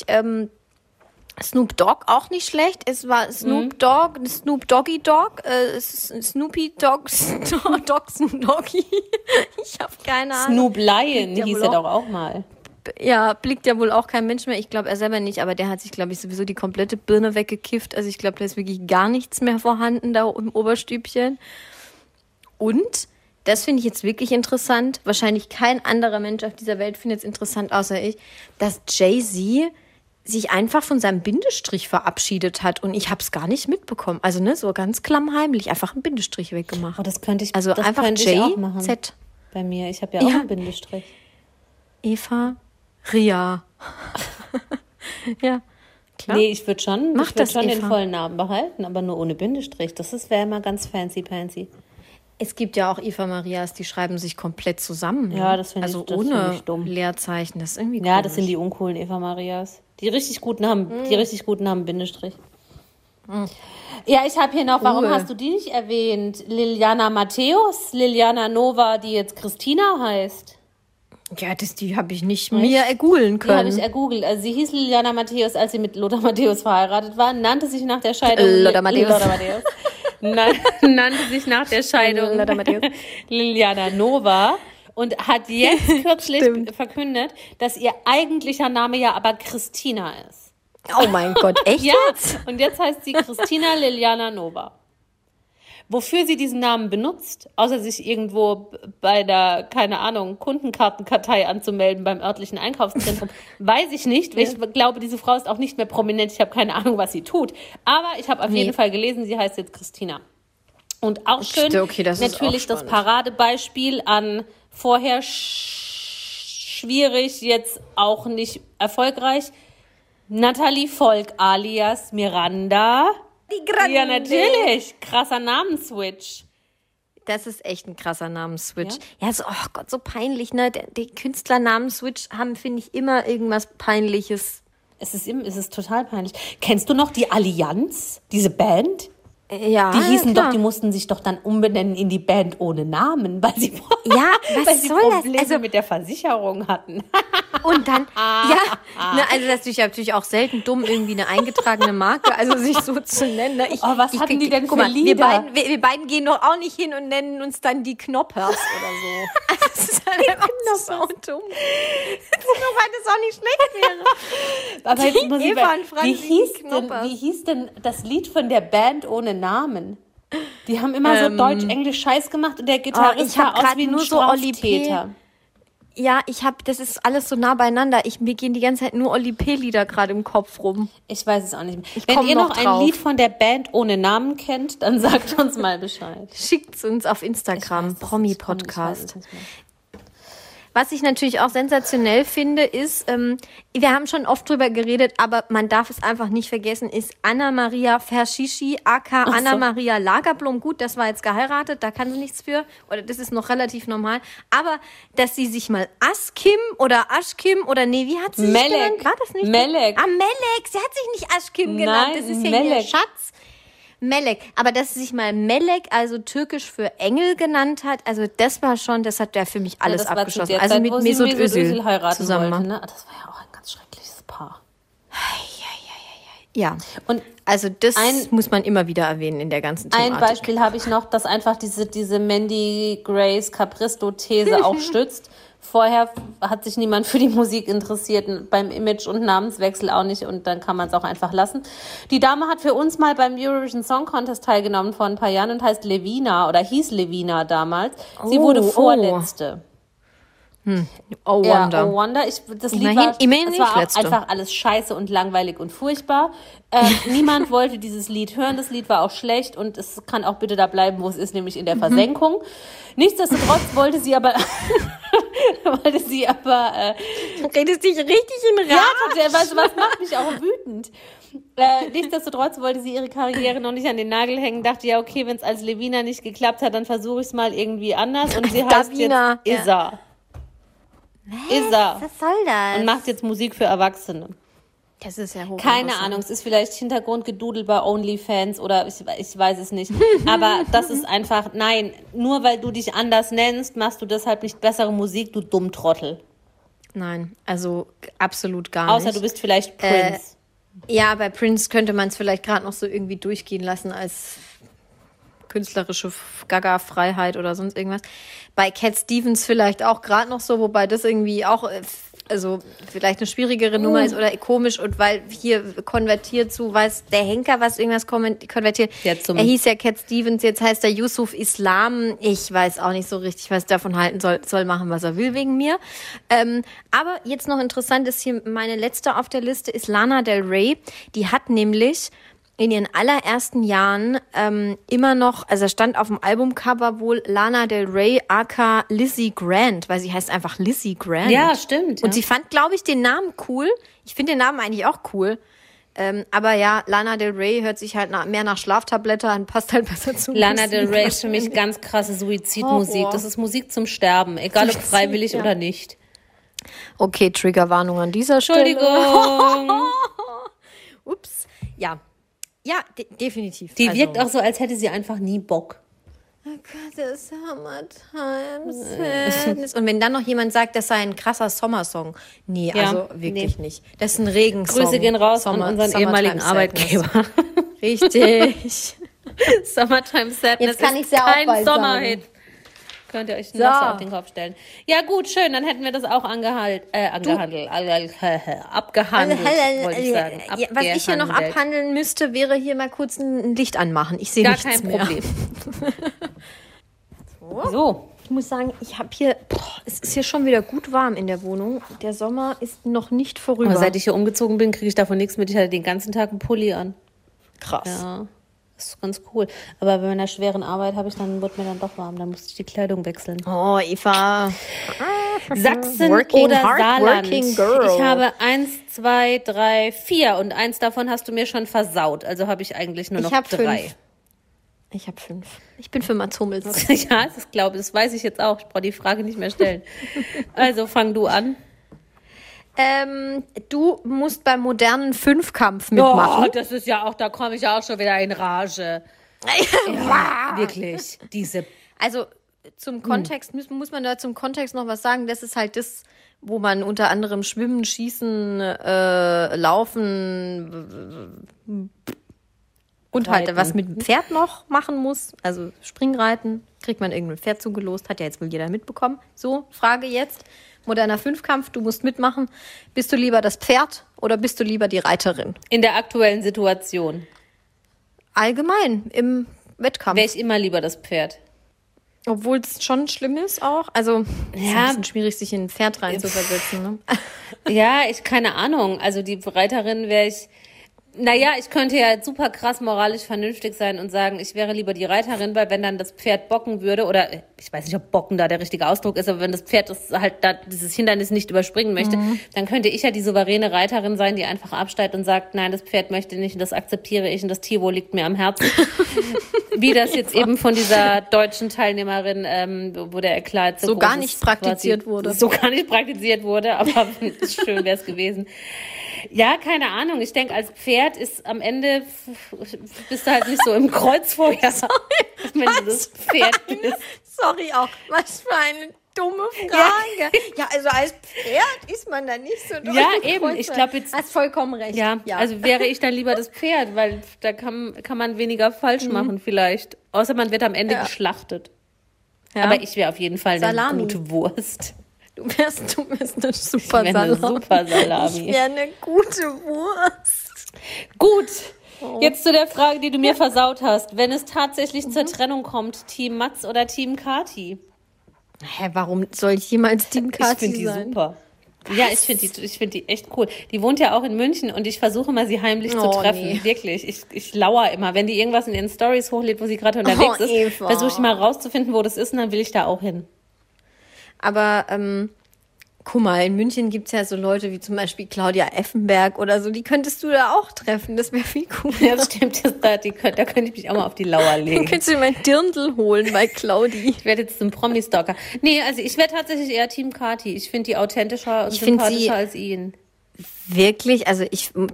Snoop Dogg auch nicht schlecht. Es war Snoop Dogg, Snoop Doggy Dogg, Snoopy Dogg, Doggy. Ich habe keine Ahnung. Snoop Lion hieß er doch auch mal. Ja, blickt ja wohl auch kein Mensch mehr. Ich glaube, er selber nicht, aber der hat sich, glaube ich, sowieso die komplette Birne weggekifft. Also ich glaube, da ist wirklich gar nichts mehr vorhanden da im Oberstübchen. Und, das finde ich jetzt wirklich interessant, wahrscheinlich kein anderer Mensch auf dieser Welt findet es interessant, außer ich, dass Jay-Z sich einfach von seinem Bindestrich verabschiedet hat und ich habe es gar nicht mitbekommen. Also ne, so ganz klammheimlich, einfach einen Bindestrich weggemacht. Oh, das könnte ich, also das einfach könnte ich auch machen. Z. Bei mir, ich habe ja auch einen Bindestrich. Eva Ria. Ja, klar. Nee, ich würde schon den Eva. vollen Namen behalten, aber nur ohne Bindestrich. Das wäre immer ganz fancy. Es gibt ja auch Eva Marias, die schreiben sich komplett zusammen. Ja, das finde ich, also ohne dumm. Leerzeichen. Das ist irgendwie Ja, komisch. das sind die uncoolen Eva Marias. Die richtig guten haben Bindestrich. Ja, ich habe hier noch, warum hast du die nicht erwähnt? Liliana Matthäus, Liliana Nova, die jetzt Christina heißt. Ja, die habe ich nicht mir ergoogeln können. Die habe ich ergoogelt. Also sie hieß Liliana Matthäus, als sie mit Lothar Matthäus verheiratet war, nannte sich nach der Scheidung nannte sich nach der Scheidung Liliana Nova und hat jetzt kürzlich verkündet, dass ihr eigentlicher Name ja aber Christina ist. Oh mein Gott, echt jetzt? Und jetzt heißt sie Christina Liliana Nova. Wofür sie diesen Namen benutzt, außer sich irgendwo bei der, keine Ahnung, Kundenkartenkartei anzumelden beim örtlichen Einkaufszentrum, weiß ich nicht. Ich glaube, diese Frau ist auch nicht mehr prominent. Ich habe keine Ahnung, was sie tut. Aber ich habe auf jeden Fall gelesen, sie heißt jetzt Christina. Und auch schön, das natürlich das Paradebeispiel an vorher schwierig, jetzt auch nicht erfolgreich. Natalie Volk alias Miranda. Die Grande. Ja, natürlich. Krasser Namenswitch. Das ist echt ein krasser Namenswitch. Ja, so, oh Gott, so peinlich, ne? Die Künstlernamenswitch haben, finde ich, immer irgendwas Peinliches. Es ist total peinlich. Kennst du noch die Allianz? Diese Band? Ja, die hießen klar. doch, die mussten sich doch dann umbenennen in die Band ohne Namen, weil sie Probleme mit der Versicherung hatten. Und dann, ne, also das ist natürlich auch selten dumm, irgendwie eine eingetragene Marke, also sich so zu nennen. Ne? Was hatten die denn für Lieder? Wir beiden gehen doch auch nicht hin und nennen uns dann die Knoppers oder so. Also das ist halt einfach so dumm. Nur weil das auch nicht schlecht wäre. Aber jetzt muss Eva und Franzi, wie hieß denn das Lied von der Band ohne Namen? Die haben immer so Deutsch-Englisch-Scheiß gemacht und der Gitarrist ich hab sah aus grad wie ein nur so Oli Straftäter. Ja, das ist alles so nah beieinander. Mir gehen die ganze Zeit nur Oli P-Lieder gerade im Kopf rum. Ich weiß es auch nicht mehr. Wenn ihr noch ein Lied von der Band ohne Namen kennt, dann sagt uns mal Bescheid. Schickt's uns auf Instagram, Promi-Podcast. Was ich natürlich auch sensationell finde, ist, wir haben schon oft drüber geredet, aber man darf es einfach nicht vergessen, ist Anna-Maria Verschischi, aka Anna-Maria Lagerblom. Gut, das war jetzt geheiratet, da kann sie nichts für, oder das ist noch relativ normal. Aber, dass sie sich mal Askim oder Aschkim oder nee, wie hat sie sich genannt? War das nicht? Melek. Melek, sie hat sich nicht Aschkim genannt, das ist ja Melek. ihr Schatz. Melek, aber dass sie sich mal Melek, also türkisch für Engel genannt hat, also das war schon, das hat der für mich alles das war abgeschlossen. zu der Also Zeit, mit wo sie Mesut Mesut Özil heiraten zusammen. wollte, ne? Das war ja auch ein ganz schreckliches Paar. Ja, Und also das muss man immer wieder erwähnen in der ganzen Thematik. ein Beispiel habe ich noch, das einfach diese Mandy Grace Capristo-These auch stützt. Vorher hat sich niemand für die Musik interessiert, beim Image- und Namenswechsel auch nicht, und dann kann man es auch einfach lassen. Die Dame hat für uns mal beim Eurovision Song Contest teilgenommen vor ein paar Jahren und heißt Levina oder hieß Levina damals. Sie wurde Vorletzte. Oh Ja, Wonder. Oh Wonder. Das Lied Immerhin es war auch Letzte. einfach alles scheiße und langweilig und furchtbar. Niemand wollte dieses Lied hören. Das Lied war auch schlecht und es kann auch bitte da bleiben, wo es ist, nämlich in der Versenkung. Nichtsdestotrotz wollte sie aber Redest dich richtig in Rat. ja, weißt du, was macht mich auch wütend? Nichtsdestotrotz wollte sie ihre Karriere noch nicht an den Nagel hängen, dachte, ja, okay, wenn es als Levina nicht geklappt hat, dann versuche ich es mal irgendwie anders, und sie heißt Davina, jetzt Isa. Isa. Was soll das? Und macht jetzt Musik für Erwachsene. Das ist ja hoch. Keine Ahnung, es ist vielleicht Hintergrundgedudel bei OnlyFans oder ich weiß es nicht. Aber das ist einfach, nein, nur weil du dich anders nennst, machst du deshalb nicht bessere Musik, du Dummtrottel. Nein, also absolut gar Außer nicht. du bist vielleicht Prince. Ja, bei Prince könnte man es vielleicht gerade noch so irgendwie durchgehen lassen als künstlerische Gaga-Freiheit oder sonst irgendwas. Bei Cat Stevens vielleicht auch gerade noch so, wobei das irgendwie auch also vielleicht eine schwierigere Nummer ist oder komisch, und weil hier konvertiert zu, weiß der Henker, was irgendwas konvertiert. Er hieß ja Cat Stevens, jetzt heißt er Yusuf Islam. Ich weiß auch nicht so richtig, was ich davon halten soll machen, was er will wegen mir. Aber jetzt noch interessant ist hier, meine letzte auf der Liste ist Lana Del Rey. Die hat nämlich in ihren allerersten Jahren immer noch, also stand auf dem Albumcover wohl Lana Del Rey aka Lizzie Grant, weil sie heißt einfach Lizzie Grant. Ja, stimmt. Und sie fand, glaube ich, den Namen cool. Ich finde den Namen eigentlich auch cool. Aber ja, Lana Del Rey hört sich halt mehr nach Schlaftablette an, passt halt besser zu Lana Del Rey ist für mich ganz krasse Suizidmusik. Horror. Das ist Musik zum Sterben, egal ob freiwillig oder nicht. Okay, Triggerwarnung an dieser Stelle. Entschuldigung. Ups. Ja. Ja, definitiv. Die wirkt auch so, als hätte sie einfach nie Bock. Oh Gott, the summertime sadness. Und wenn dann noch jemand sagt, das sei ein krasser Sommersong. Nee, Ja, also wirklich nicht. Das ist ein Regensong. Grüße gehen raus an unseren ehemaligen Summertime Arbeitgeber. Sadness. Richtig. Summertime Sadness Jetzt kann ist ich's ja auch kein bald Sommerhit. Könnt ihr euch ein Messer auf den Kopf stellen. Ja gut, schön, dann hätten wir das auch abgehandelt, wollte ich sagen. Ja, was ich hier noch Abgehandelt. abhandeln müsste, wäre hier mal kurz ein Licht anmachen. Ich sehe Gar nichts kein mehr. Problem. So. Ich muss sagen, ich habe hier, es ist hier schon wieder gut warm in der Wohnung. Der Sommer ist noch nicht vorüber. Aber seit ich hier umgezogen bin, kriege ich davon nichts mit. Ich hatte den ganzen Tag einen Pulli an. Krass. Ja, das ist ganz cool. Aber bei meiner schweren Arbeit wurde mir dann doch warm. Dann musste ich die Kleidung wechseln. Oh, Eva. Sachsen Working oder hard, Saarland? working girl. Ich habe 1, 2, 3, 4 und eins davon hast du mir schon versaut. Also habe ich eigentlich nur noch Ich habe 3. 5. Ich habe 5. Ich bin für Mats Hummels. Ja, das weiß ich jetzt auch. Ich brauche die Frage nicht mehr stellen. Also fang du an. Du musst beim modernen Fünfkampf mitmachen. Oh, das ist ja auch, da komme ich ja auch schon wieder in Rage. Ja, wirklich. Also zum Kontext, muss man da zum Kontext noch was sagen? Das ist halt das, wo man unter anderem Schwimmen, Schießen, Laufen und halt Reiten. was mit dem Pferd noch machen muss. Also Springreiten, kriegt man irgendein Pferd zugelost, hat ja jetzt wohl jeder mitbekommen. So, Frage jetzt. Moderner Fünfkampf, du musst mitmachen. Bist du lieber das Pferd oder bist du lieber die Reiterin? In der aktuellen Situation Allgemein im Wettkampf. wäre ich immer lieber das Pferd. Obwohl es schon schlimm ist auch. Also es ist Ja. ein bisschen schwierig, sich in ein Pferd reinzuversetzen. Ne? Ja, keine Ahnung. Also die Reiterin wäre ich. Naja, ich könnte ja super krass moralisch vernünftig sein und sagen, ich wäre lieber die Reiterin, weil wenn dann das Pferd bocken würde, oder ich weiß nicht, ob bocken da der richtige Ausdruck ist, aber wenn das Pferd das halt da dieses Hindernis nicht überspringen möchte, dann könnte ich ja die souveräne Reiterin sein, die einfach absteigt und sagt, nein, das Pferd möchte nicht und das akzeptiere ich und das Tierwohl liegt mir am Herzen. Wie das jetzt eben von dieser deutschen Teilnehmerin, wo der Eklat so gar nicht praktiziert wurde. So gar nicht praktiziert wurde, aber schön wäre es gewesen. Ja, keine Ahnung. Ich denke, als Pferd ist am Ende, bist du halt nicht so im Kreuzfeuer, wenn du das Pferd bist. Sorry auch, was für eine dumme Frage. Ja, also als Pferd ist man da nicht so doll. Ja, eben. Ich glaube jetzt. Hast vollkommen recht. Ja, also wäre ich dann lieber das Pferd, weil da kann man weniger falsch machen vielleicht. Außer man wird am Ende geschlachtet. Ja. Aber ich wäre auf jeden Fall eine gute Wurst. Du wärst eine super Salami. Ich wäre eine gute Wurst. Gut, jetzt zu der Frage, die du mir versaut hast. Wenn es tatsächlich zur Trennung kommt, Team Mats oder Team Kati? Hä, warum soll ich jemals Team Kati sein? Ich finde die super. Was? Ja, ich finde die echt cool. Die wohnt ja auch in München und ich versuche mal, sie heimlich zu treffen. Nee. Wirklich. Ich lauere immer. Wenn die irgendwas in ihren Stories hochlädt, wo sie gerade unterwegs ist, versuche ich mal rauszufinden, wo das ist und dann will ich da auch hin. Aber guck mal, in München gibt's ja so Leute wie zum Beispiel Claudia Effenberg oder so, die könntest du da auch treffen, das wäre viel cooler. Ja, das stimmt, da könnte ich mich auch mal auf die Lauer legen. Dann könntest du mein Dirndl holen bei Claudi. Ich werde jetzt zum Promi-Stalker. Nee, also ich wäre tatsächlich eher Team Kati. Ich finde die authentischer und sympathischer als ihn. Wirklich? Also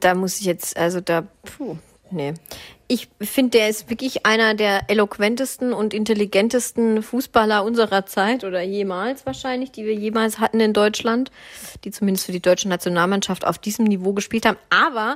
nee. Ich finde, der ist wirklich einer der eloquentesten und intelligentesten Fußballer unserer Zeit oder jemals wahrscheinlich, die wir jemals hatten in Deutschland, die zumindest für die deutsche Nationalmannschaft auf diesem Niveau gespielt haben. Aber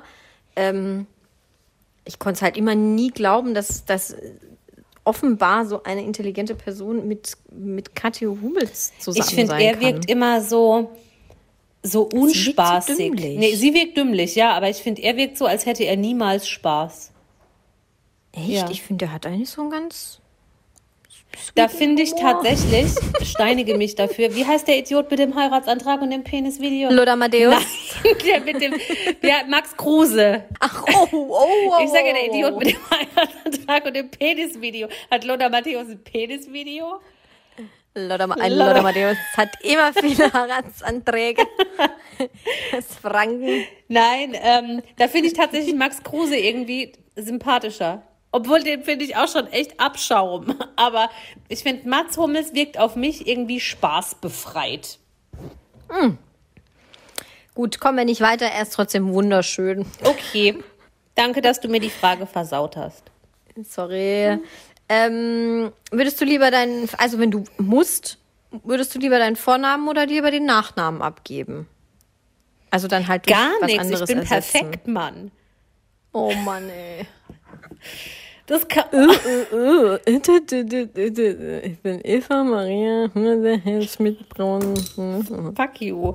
ich konnte es halt immer nie glauben, dass offenbar so eine intelligente Person mit Kathi Hummels zusammen sein kann. Ich finde, er wirkt immer so unspaßig. Sie wirkt dümmlich, ja, aber ich finde, er wirkt so, als hätte er niemals Spaß. Echt? Ja. Ich finde, der hat eigentlich so ein ganz... Da finde ich tatsächlich, steinige mich dafür, wie heißt der Idiot mit dem Heiratsantrag und dem Penisvideo? Lothar Matthäus? Nein, Max Kruse. Ach, ich sage ja, der Idiot mit dem Heiratsantrag und dem Penisvideo. Hat Lothar Matthäus ein Penisvideo? Lothar Matthäus hat immer viele Heiratsanträge. Das Franken. Nein, da finde ich tatsächlich Max Kruse irgendwie sympathischer. Obwohl, den finde ich auch schon echt Abschaum. Aber ich finde, Mats Hummels wirkt auf mich irgendwie spaßbefreit. Gut, kommen wir nicht weiter. Er ist trotzdem wunderschön. Okay. Danke, dass du mir die Frage versaut hast. Sorry. Würdest du lieber wenn du musst, würdest du lieber deinen Vornamen oder lieber den Nachnamen abgeben? Also dann halt gar was nichts. anderes Ich bin ersetzen. perfekt, Mann. Oh Mann, ey. Das kann. Ich bin Eva Maria Schmidt-Braun. Fuck you.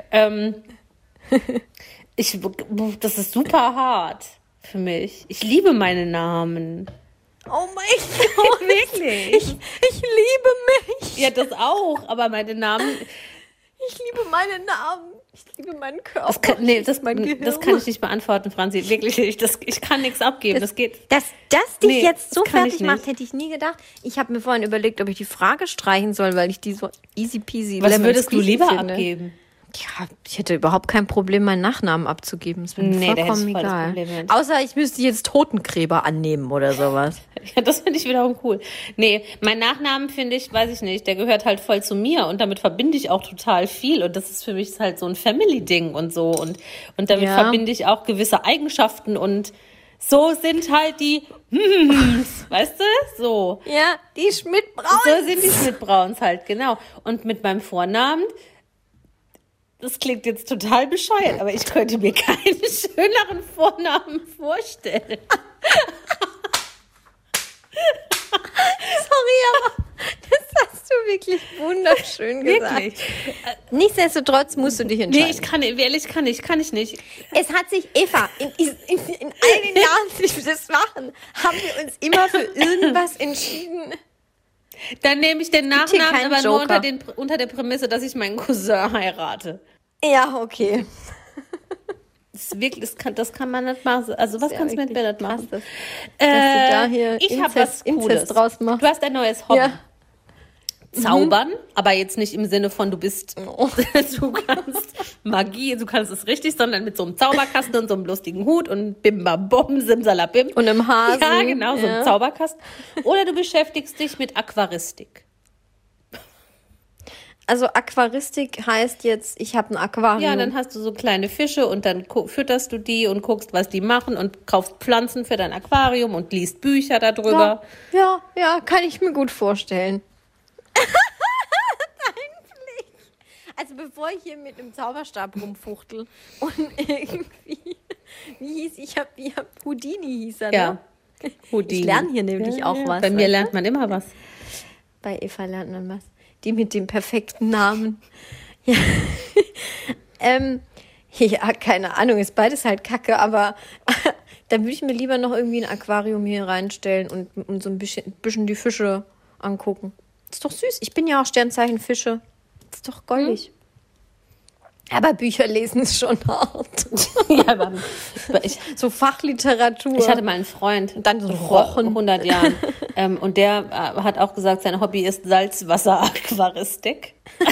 Das ist super hart für mich. Ich liebe meine Namen. Oh mein Gott. Wirklich. Ich liebe mich. Ja, das auch. Aber meine Namen. Ich liebe meine Namen. Ich liebe meinen Körper. Das kann ich nicht beantworten, Franzi. Wirklich nicht. Ich kann nichts abgeben. Das geht. Dass dich jetzt so fertig macht, hätte ich nie gedacht. Ich habe mir vorhin überlegt, ob ich die Frage streichen soll, weil ich die so easy peasy Was würdest du lieber abgeben? Ja, ich hätte überhaupt kein Problem, meinen Nachnamen abzugeben. Das wäre mir vollkommen egal. Außer ich müsste jetzt Totengräber annehmen oder sowas. Ja, das finde ich wiederum cool. Nee, mein Nachnamen finde ich, weiß ich nicht, der gehört halt voll zu mir und damit verbinde ich auch total viel und das ist für mich halt so ein Family-Ding und so und damit verbinde ich auch gewisse Eigenschaften und so sind halt die, weißt du, so. Ja, die Schmidt-Brauns. So sind die Schmidt-Brauns halt, genau. Und mit meinem Vornamen, das klingt jetzt total bescheuert, aber ich könnte mir keinen schöneren Vornamen vorstellen. Sorry, aber das hast du wirklich wunderschön gesagt. Wirklich? Nichtsdestotrotz musst du dich entscheiden. Nee, kann ich nicht. Es hat sich, Eva, in all den Jahren, die wir das machen, haben wir uns immer für irgendwas entschieden. Dann nehme ich den Nachnamen aber nur unter der Prämisse, dass ich meinen Cousin heirate. Ja, okay. Das ist wirklich, das kann man nicht machen. Also was Ja, kannst du mit mir nicht machen? krass, dass du da hier Ich habe was Cooles. Inzest draus machst. Du hast ein neues Hobby. Ja. Zaubern, aber jetzt nicht im Sinne von du kannst Magie, du kannst es richtig, sondern mit so einem Zauberkasten und so einem lustigen Hut und Bimbabom, Simsalabim. Und einem Hasen. Ja, genau, so Ja. ein Zauberkasten. Oder du beschäftigst dich mit Aquaristik. Also Aquaristik heißt jetzt, ich habe ein Aquarium. Ja, dann hast du so kleine Fische und dann fütterst du die und guckst, was die machen und kaufst Pflanzen für dein Aquarium und liest Bücher darüber. Ja, kann ich mir gut vorstellen. Also bevor ich hier mit einem Zauberstab rumfuchtel und irgendwie, ich hab Houdini hieß er, Ja. ne? Houdini. Ich lerne hier nämlich auch was. Bei mir weißt lernt man immer was. du? Bei Eva lernt man was. Die mit dem perfekten Namen. Ja. Ja, keine Ahnung, ist beides halt Kacke, aber dann würde ich mir lieber noch irgendwie ein Aquarium hier reinstellen und so ein bisschen die Fische angucken. Ist doch süß. Ich bin ja auch Sternzeichen Fische. Ist doch goldig. Aber Bücher lesen ist schon hart. Ja, aber So Fachliteratur. ich hatte mal einen Freund, Und dann so vor Rochen. 100 Jahren, und der hat auch gesagt, sein Hobby ist Salzwasser-Aquaristik.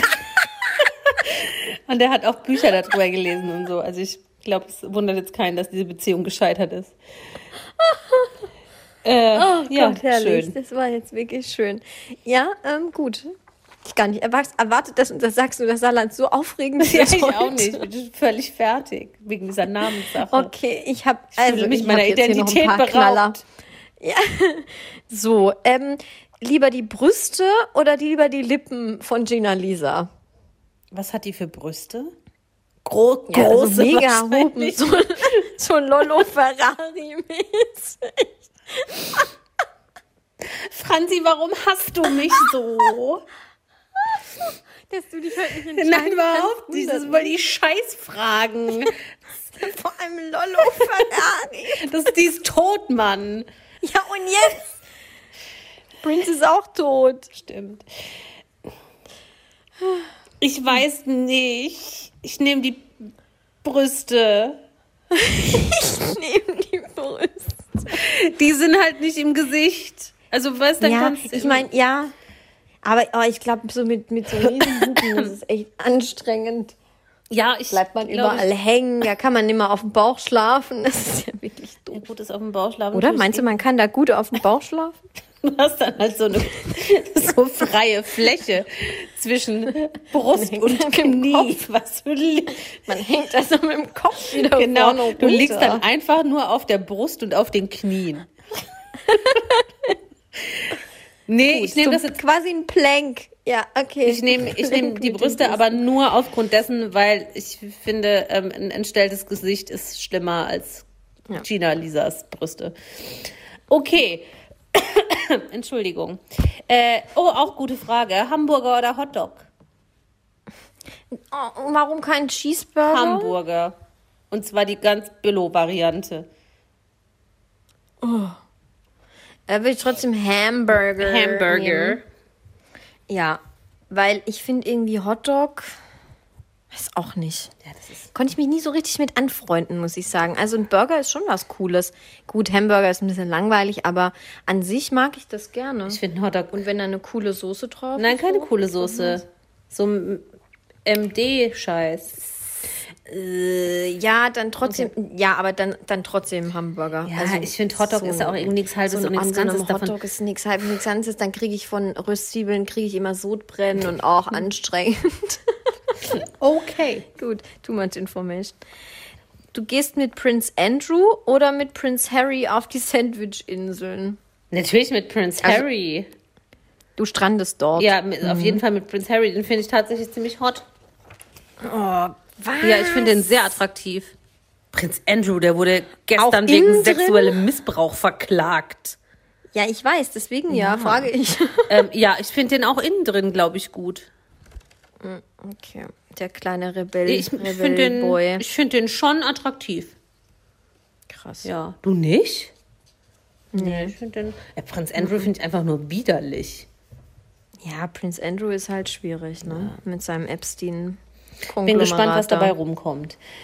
Und der hat auch Bücher darüber gelesen und so. Also ich glaube, es wundert jetzt keinen, dass diese Beziehung gescheitert ist. Ja, Gott, herrlich. schön. Das war jetzt wirklich schön. Ja, gut. Ich gar nicht erwartet, dass das sagst du, das Saarland so aufregend Ja, wird ich auch heute. nicht. Ich bin völlig fertig wegen dieser Namenssache. Okay, ich habe fühle mich meiner jetzt hier noch Identität ein paar Knaller. beraubt. Ja. So, lieber die Brüste oder lieber die Lippen von Gina Lisa? Was hat die für Brüste? Ja, also Große mega Hupen, wahrscheinlich. so Lollo Ferrari-mäßig. Franzi, warum hasst du mich so? Dass du dich heute nicht entscheiden Nein, überhaupt kannst, nicht. Das sind wundert voll die Scheißfragen. mich. Vor allem Lollo Ferrari. Die ist tot, Mann. Ja, und jetzt? Prince ist auch tot. Stimmt. Ich weiß nicht. Ich nehme die Brüste. Neben die Brust. Die sind halt nicht im Gesicht. Also, weißt du, dann Ja, kannst du... ich meine, ja. Aber ich glaube, so mit so riesigen Hupen, das ist echt anstrengend. ja, ich Bleibt man glaub, überall hängen, da kann man nicht mehr auf dem Bauch schlafen. Das ist ja wirklich Ja, doof. gut, ist auf dem Bauch schlafen. Oder? Meinst du, man kann da gut auf dem Bauch schlafen? Du hast dann halt so eine so freie Fläche zwischen Brust hängt und dann im Knie. Was du Man hängt da so mit dem Kopf wieder Genau, vorne runter. du liegst dann einfach nur auf der Brust und auf den Knien. Nee, Gut, ich nehme so das jetzt. quasi ein Plank. Ja, okay. Ich nehme die Brüste, aber nur aufgrund dessen, weil ich finde, ein entstelltes Gesicht ist schlimmer als Ja. Gina Lisas Brüste. Okay. Entschuldigung. Auch gute Frage. Hamburger oder Hotdog? Oh, warum kein Cheeseburger? Hamburger. Und zwar die ganz Billo-Variante. Da will ich trotzdem Hamburger. nehmen. Ja, weil ich finde irgendwie Hotdog, weiß auch nicht. Ja, das ist. Konnte ich mich nie so richtig mit anfreunden, muss ich sagen. Also ein Burger ist schon was Cooles. Gut, Hamburger ist ein bisschen langweilig, aber an sich mag ich das gerne. Ich finde Hotdog. Und wenn da eine coole Soße drauf Nein, ist. keine so, coole Soße. So MD-Scheiß. Ja, dann trotzdem, ja, aber dann trotzdem Hamburger. Ja, ich finde Hotdog ist auch irgendwie nichts Halbes so und nichts an so einem Ganzes davon. Hotdog ist nichts Halbes, nichts Ganzes. Dann kriege ich von Röstzwiebeln immer Sodbrennen und auch anstrengend. Okay. Gut, too much information. Du gehst mit Prince Andrew oder mit Prince Harry auf die Sandwich-Inseln? Natürlich mit Prince Also- Harry. Du strandest dort. Ja, auf jeden Fall mit Prince Harry. Den finde ich tatsächlich ziemlich hot. Oh, was? Ja, ich finde den sehr attraktiv. Prinz Andrew, der wurde gestern Auch wegen innen drin? sexuellem Missbrauch verklagt. Ja, ich weiß, deswegen ja, frage ich. Ja, ich finde den auch innen drin, glaube ich, gut. Okay, der kleine Rebell, Ich finde Rebell-Boy. den schon attraktiv. Krass. Ja. Du nicht? Nee. Ich finde den. Prinz Andrew finde ich einfach nur widerlich. Ja, Prince Andrew ist halt schwierig, ne? Mit seinem Epstein. Bin gespannt, was dabei rumkommt.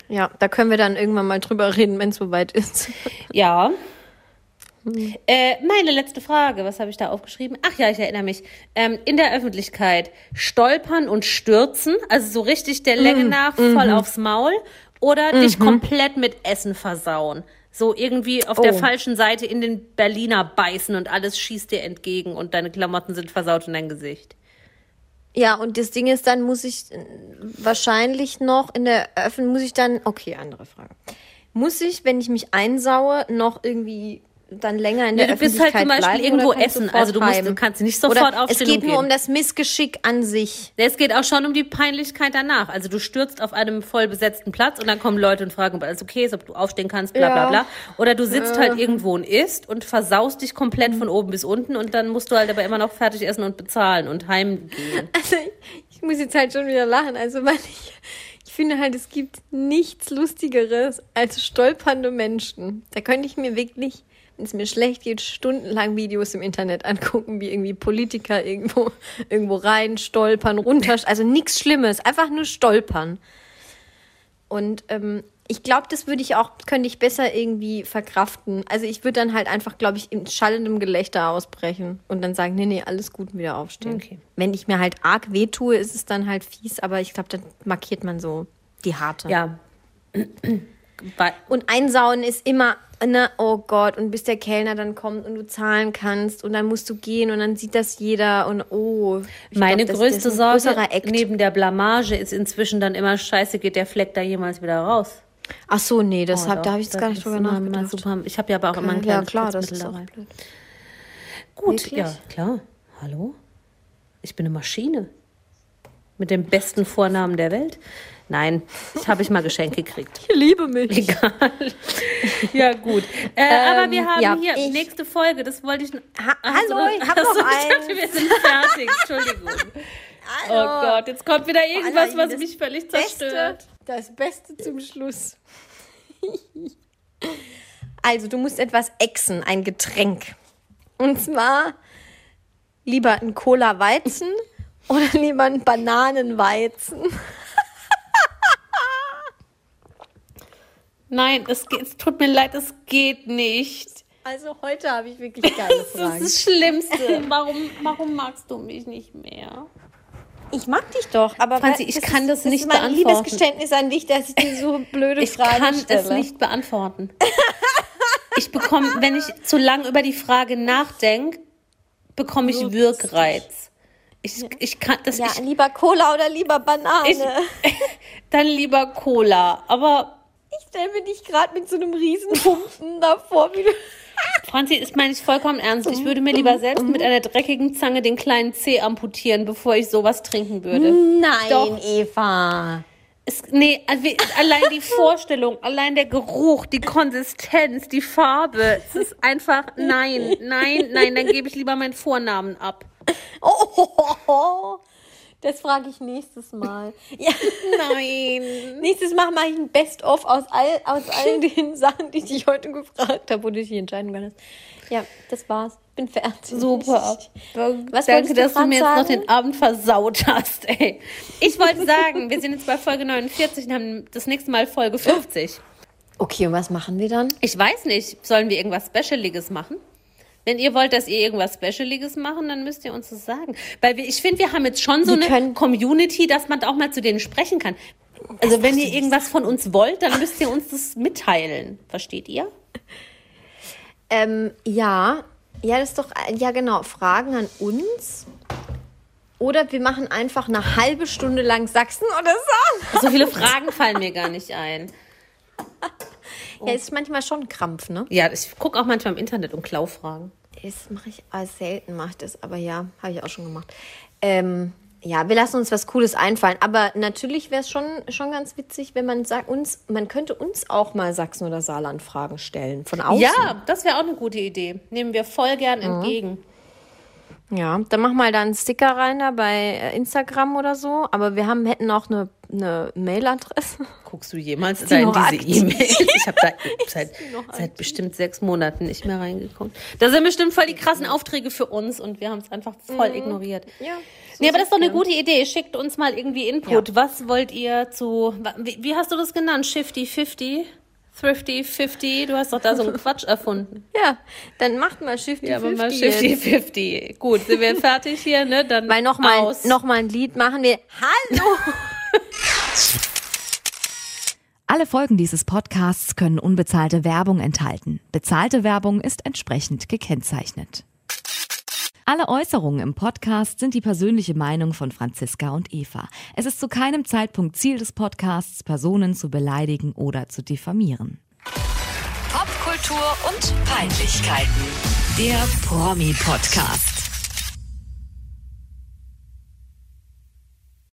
Ja, da können wir dann irgendwann mal drüber reden, wenn es soweit ist. Ja. Meine letzte Frage, was habe ich da aufgeschrieben? Ach ja, ich erinnere mich. In der Öffentlichkeit stolpern und stürzen, also so richtig der Länge nach voll aufs Maul oder dich komplett mit Essen versauen. So irgendwie auf der falschen Seite in den Berliner beißen und alles schießt dir entgegen und deine Klamotten sind versaut in dein Gesicht. Ja, und das Ding ist, dann muss ich wahrscheinlich noch in der okay, andere Frage. Muss ich, wenn ich mich einsaue, noch irgendwie dann länger in der Öffentlichkeit bleiben? Du kannst zum Beispiel irgendwo essen, also du kannst nicht sofort aufstehen. Es geht nur um das Missgeschick an sich. Es geht auch schon um die Peinlichkeit danach. Also du stürzt auf einem voll besetzten Platz und dann kommen Leute und fragen, ob alles okay ist, ob du aufstehen kannst, bla bla bla. Oder du sitzt halt irgendwo und isst und versaust dich komplett von oben bis unten und dann musst du halt aber immer noch fertig essen und bezahlen und heimgehen. Also ich muss jetzt halt schon wieder lachen, also weil ich finde halt, es gibt nichts Lustigeres als stolpernde Menschen. Da könnte ich mir wirklich, wenn es mir schlecht geht, stundenlang Videos im Internet angucken, wie irgendwie Politiker irgendwo rein stolpern, runter, also nichts Schlimmes, einfach nur stolpern. Und ich glaube, könnte ich besser irgendwie verkraften. Also ich würde dann halt einfach, glaube ich, in schallendem Gelächter ausbrechen und dann sagen, nee, alles gut und wieder aufstehen. Okay. Wenn ich mir halt arg wehtue, ist es dann halt fies, aber ich glaube, dann markiert man so die Harte. Ja. Und einsauen ist immer, ne, oh Gott, und bis der Kellner dann kommt und du zahlen kannst und dann musst du gehen und dann sieht das jeder und Meine größte Sorge neben der Blamage ist inzwischen dann immer, scheiße, geht der Fleck da jemals wieder raus? Ach so, nee, da habe ich jetzt gar nicht drüber nachgedacht. Super. Ich habe ja aber auch immer ein kleines Schutzmittel dabei. Gut, Wirklich? Ja, klar. Hallo? Ich bin eine Maschine. Mit dem besten Vornamen der Welt. Nein, habe ich mal geschenkt gekriegt. Ich liebe mich. Egal. Ja, gut. Aber wir haben hier nächste Folge, das wollte ich... Hallo, ich habe noch Ich dachte, wir sind fertig. Entschuldigung. Hallo. Oh Gott, jetzt kommt wieder irgendwas, was mich völlig zerstört. Das Beste zum Schluss. Also, du musst etwas exen, ein Getränk. Und zwar lieber ein Cola-Weizen oder lieber ein Bananenweizen. Nein, es tut mir leid, es geht nicht. Also heute habe ich wirklich geile Fragen. Das ist das Schlimmste. Warum magst du mich nicht mehr? Ich mag dich doch, aber Franzi, ich kann das nicht beantworten. beantworten. Das ist mein Liebesgeständnis an dich, dass ich dir so blöde Fragen stelle. Ich kann es nicht beantworten. Wenn ich zu lang über die Frage nachdenke, bekomme ich Wirkreiz. Ich kann das. Ja, lieber Cola oder lieber Banane? Dann lieber Cola, aber ich stelle mir dich gerade mit so einem Riesenpumpen davor, wie du... Franzi, das meine ich vollkommen ernst. Ich würde mir lieber selbst mit einer dreckigen Zange den kleinen Zeh amputieren, bevor ich sowas trinken würde. Nein, Doch. Eva. Allein die Vorstellung, allein der Geruch, die Konsistenz, die Farbe. Es ist einfach, nein, dann gebe ich lieber meinen Vornamen ab. Das frage ich nächstes Mal. Ja. Nein. Nächstes Mal mache ich ein Best-of aus all den Sachen, die ich dich heute gefragt habe, wo du dich entscheiden kannst. Ja, das war's. Bin fertig. Super. Danke, dass du mir jetzt noch den Abend versaut hast, ey. Ich wollte sagen, wir sind jetzt bei Folge 49 und haben das nächste Mal Folge 50. Okay, und was machen wir dann? Ich weiß nicht. Sollen wir irgendwas Specialiges machen? Wenn ihr wollt, dass ihr irgendwas Specialiges machen, dann müsst ihr uns das sagen. Weil ich finde, wir haben jetzt schon so eine Community, dass man auch mal zu denen sprechen kann. Also wenn ihr irgendwas von uns wollt, dann müsst ihr uns das mitteilen. Versteht ihr? Ja, das ist doch, ja genau, Fragen an uns. Oder wir machen einfach eine halbe Stunde lang Sachsen oder so. So viele Fragen fallen mir gar nicht ein. Ja, ist manchmal schon ein Krampf, ne? Ja, ich gucke auch manchmal im Internet und klau Fragen. Das mache ich selten, mache ich das, aber ja, habe ich auch schon gemacht. Ja, wir lassen uns was Cooles einfallen, aber natürlich wäre es schon ganz witzig, wenn man sagt, man könnte uns auch mal Sachsen- oder Saarland-Fragen stellen, von außen. Ja, das wäre auch eine gute Idee. Nehmen wir voll gern entgegen. Ja, dann mach mal da einen Sticker rein da bei Instagram oder so. Aber wir hätten auch eine Mailadresse. Guckst du jemals da in diese E-Mails? Ich habe da seit bestimmt 6 Monaten nicht mehr reingeguckt. Da sind bestimmt voll die krassen Aufträge für uns und wir haben es einfach voll ignoriert. Ja. Nee, aber das ist doch eine gute Idee. Schickt uns mal irgendwie Input. Ja. Was wollt ihr wie hast du das genannt? Shifty 50? Thrifty 50? Du hast doch da so einen Quatsch erfunden. Ja, dann macht mal Shifty 50. Ja, mal Shifty 50. Gut, sind wir fertig hier, ne? Dann weil noch mal ein Lied machen wir. Hallo! Alle Folgen dieses Podcasts können unbezahlte Werbung enthalten. Bezahlte Werbung ist entsprechend gekennzeichnet. Alle Äußerungen im Podcast sind die persönliche Meinung von Franziska und Eva. Es ist zu keinem Zeitpunkt Ziel des Podcasts, Personen zu beleidigen oder zu diffamieren. Popkultur und Peinlichkeiten. Der Promi-Podcast.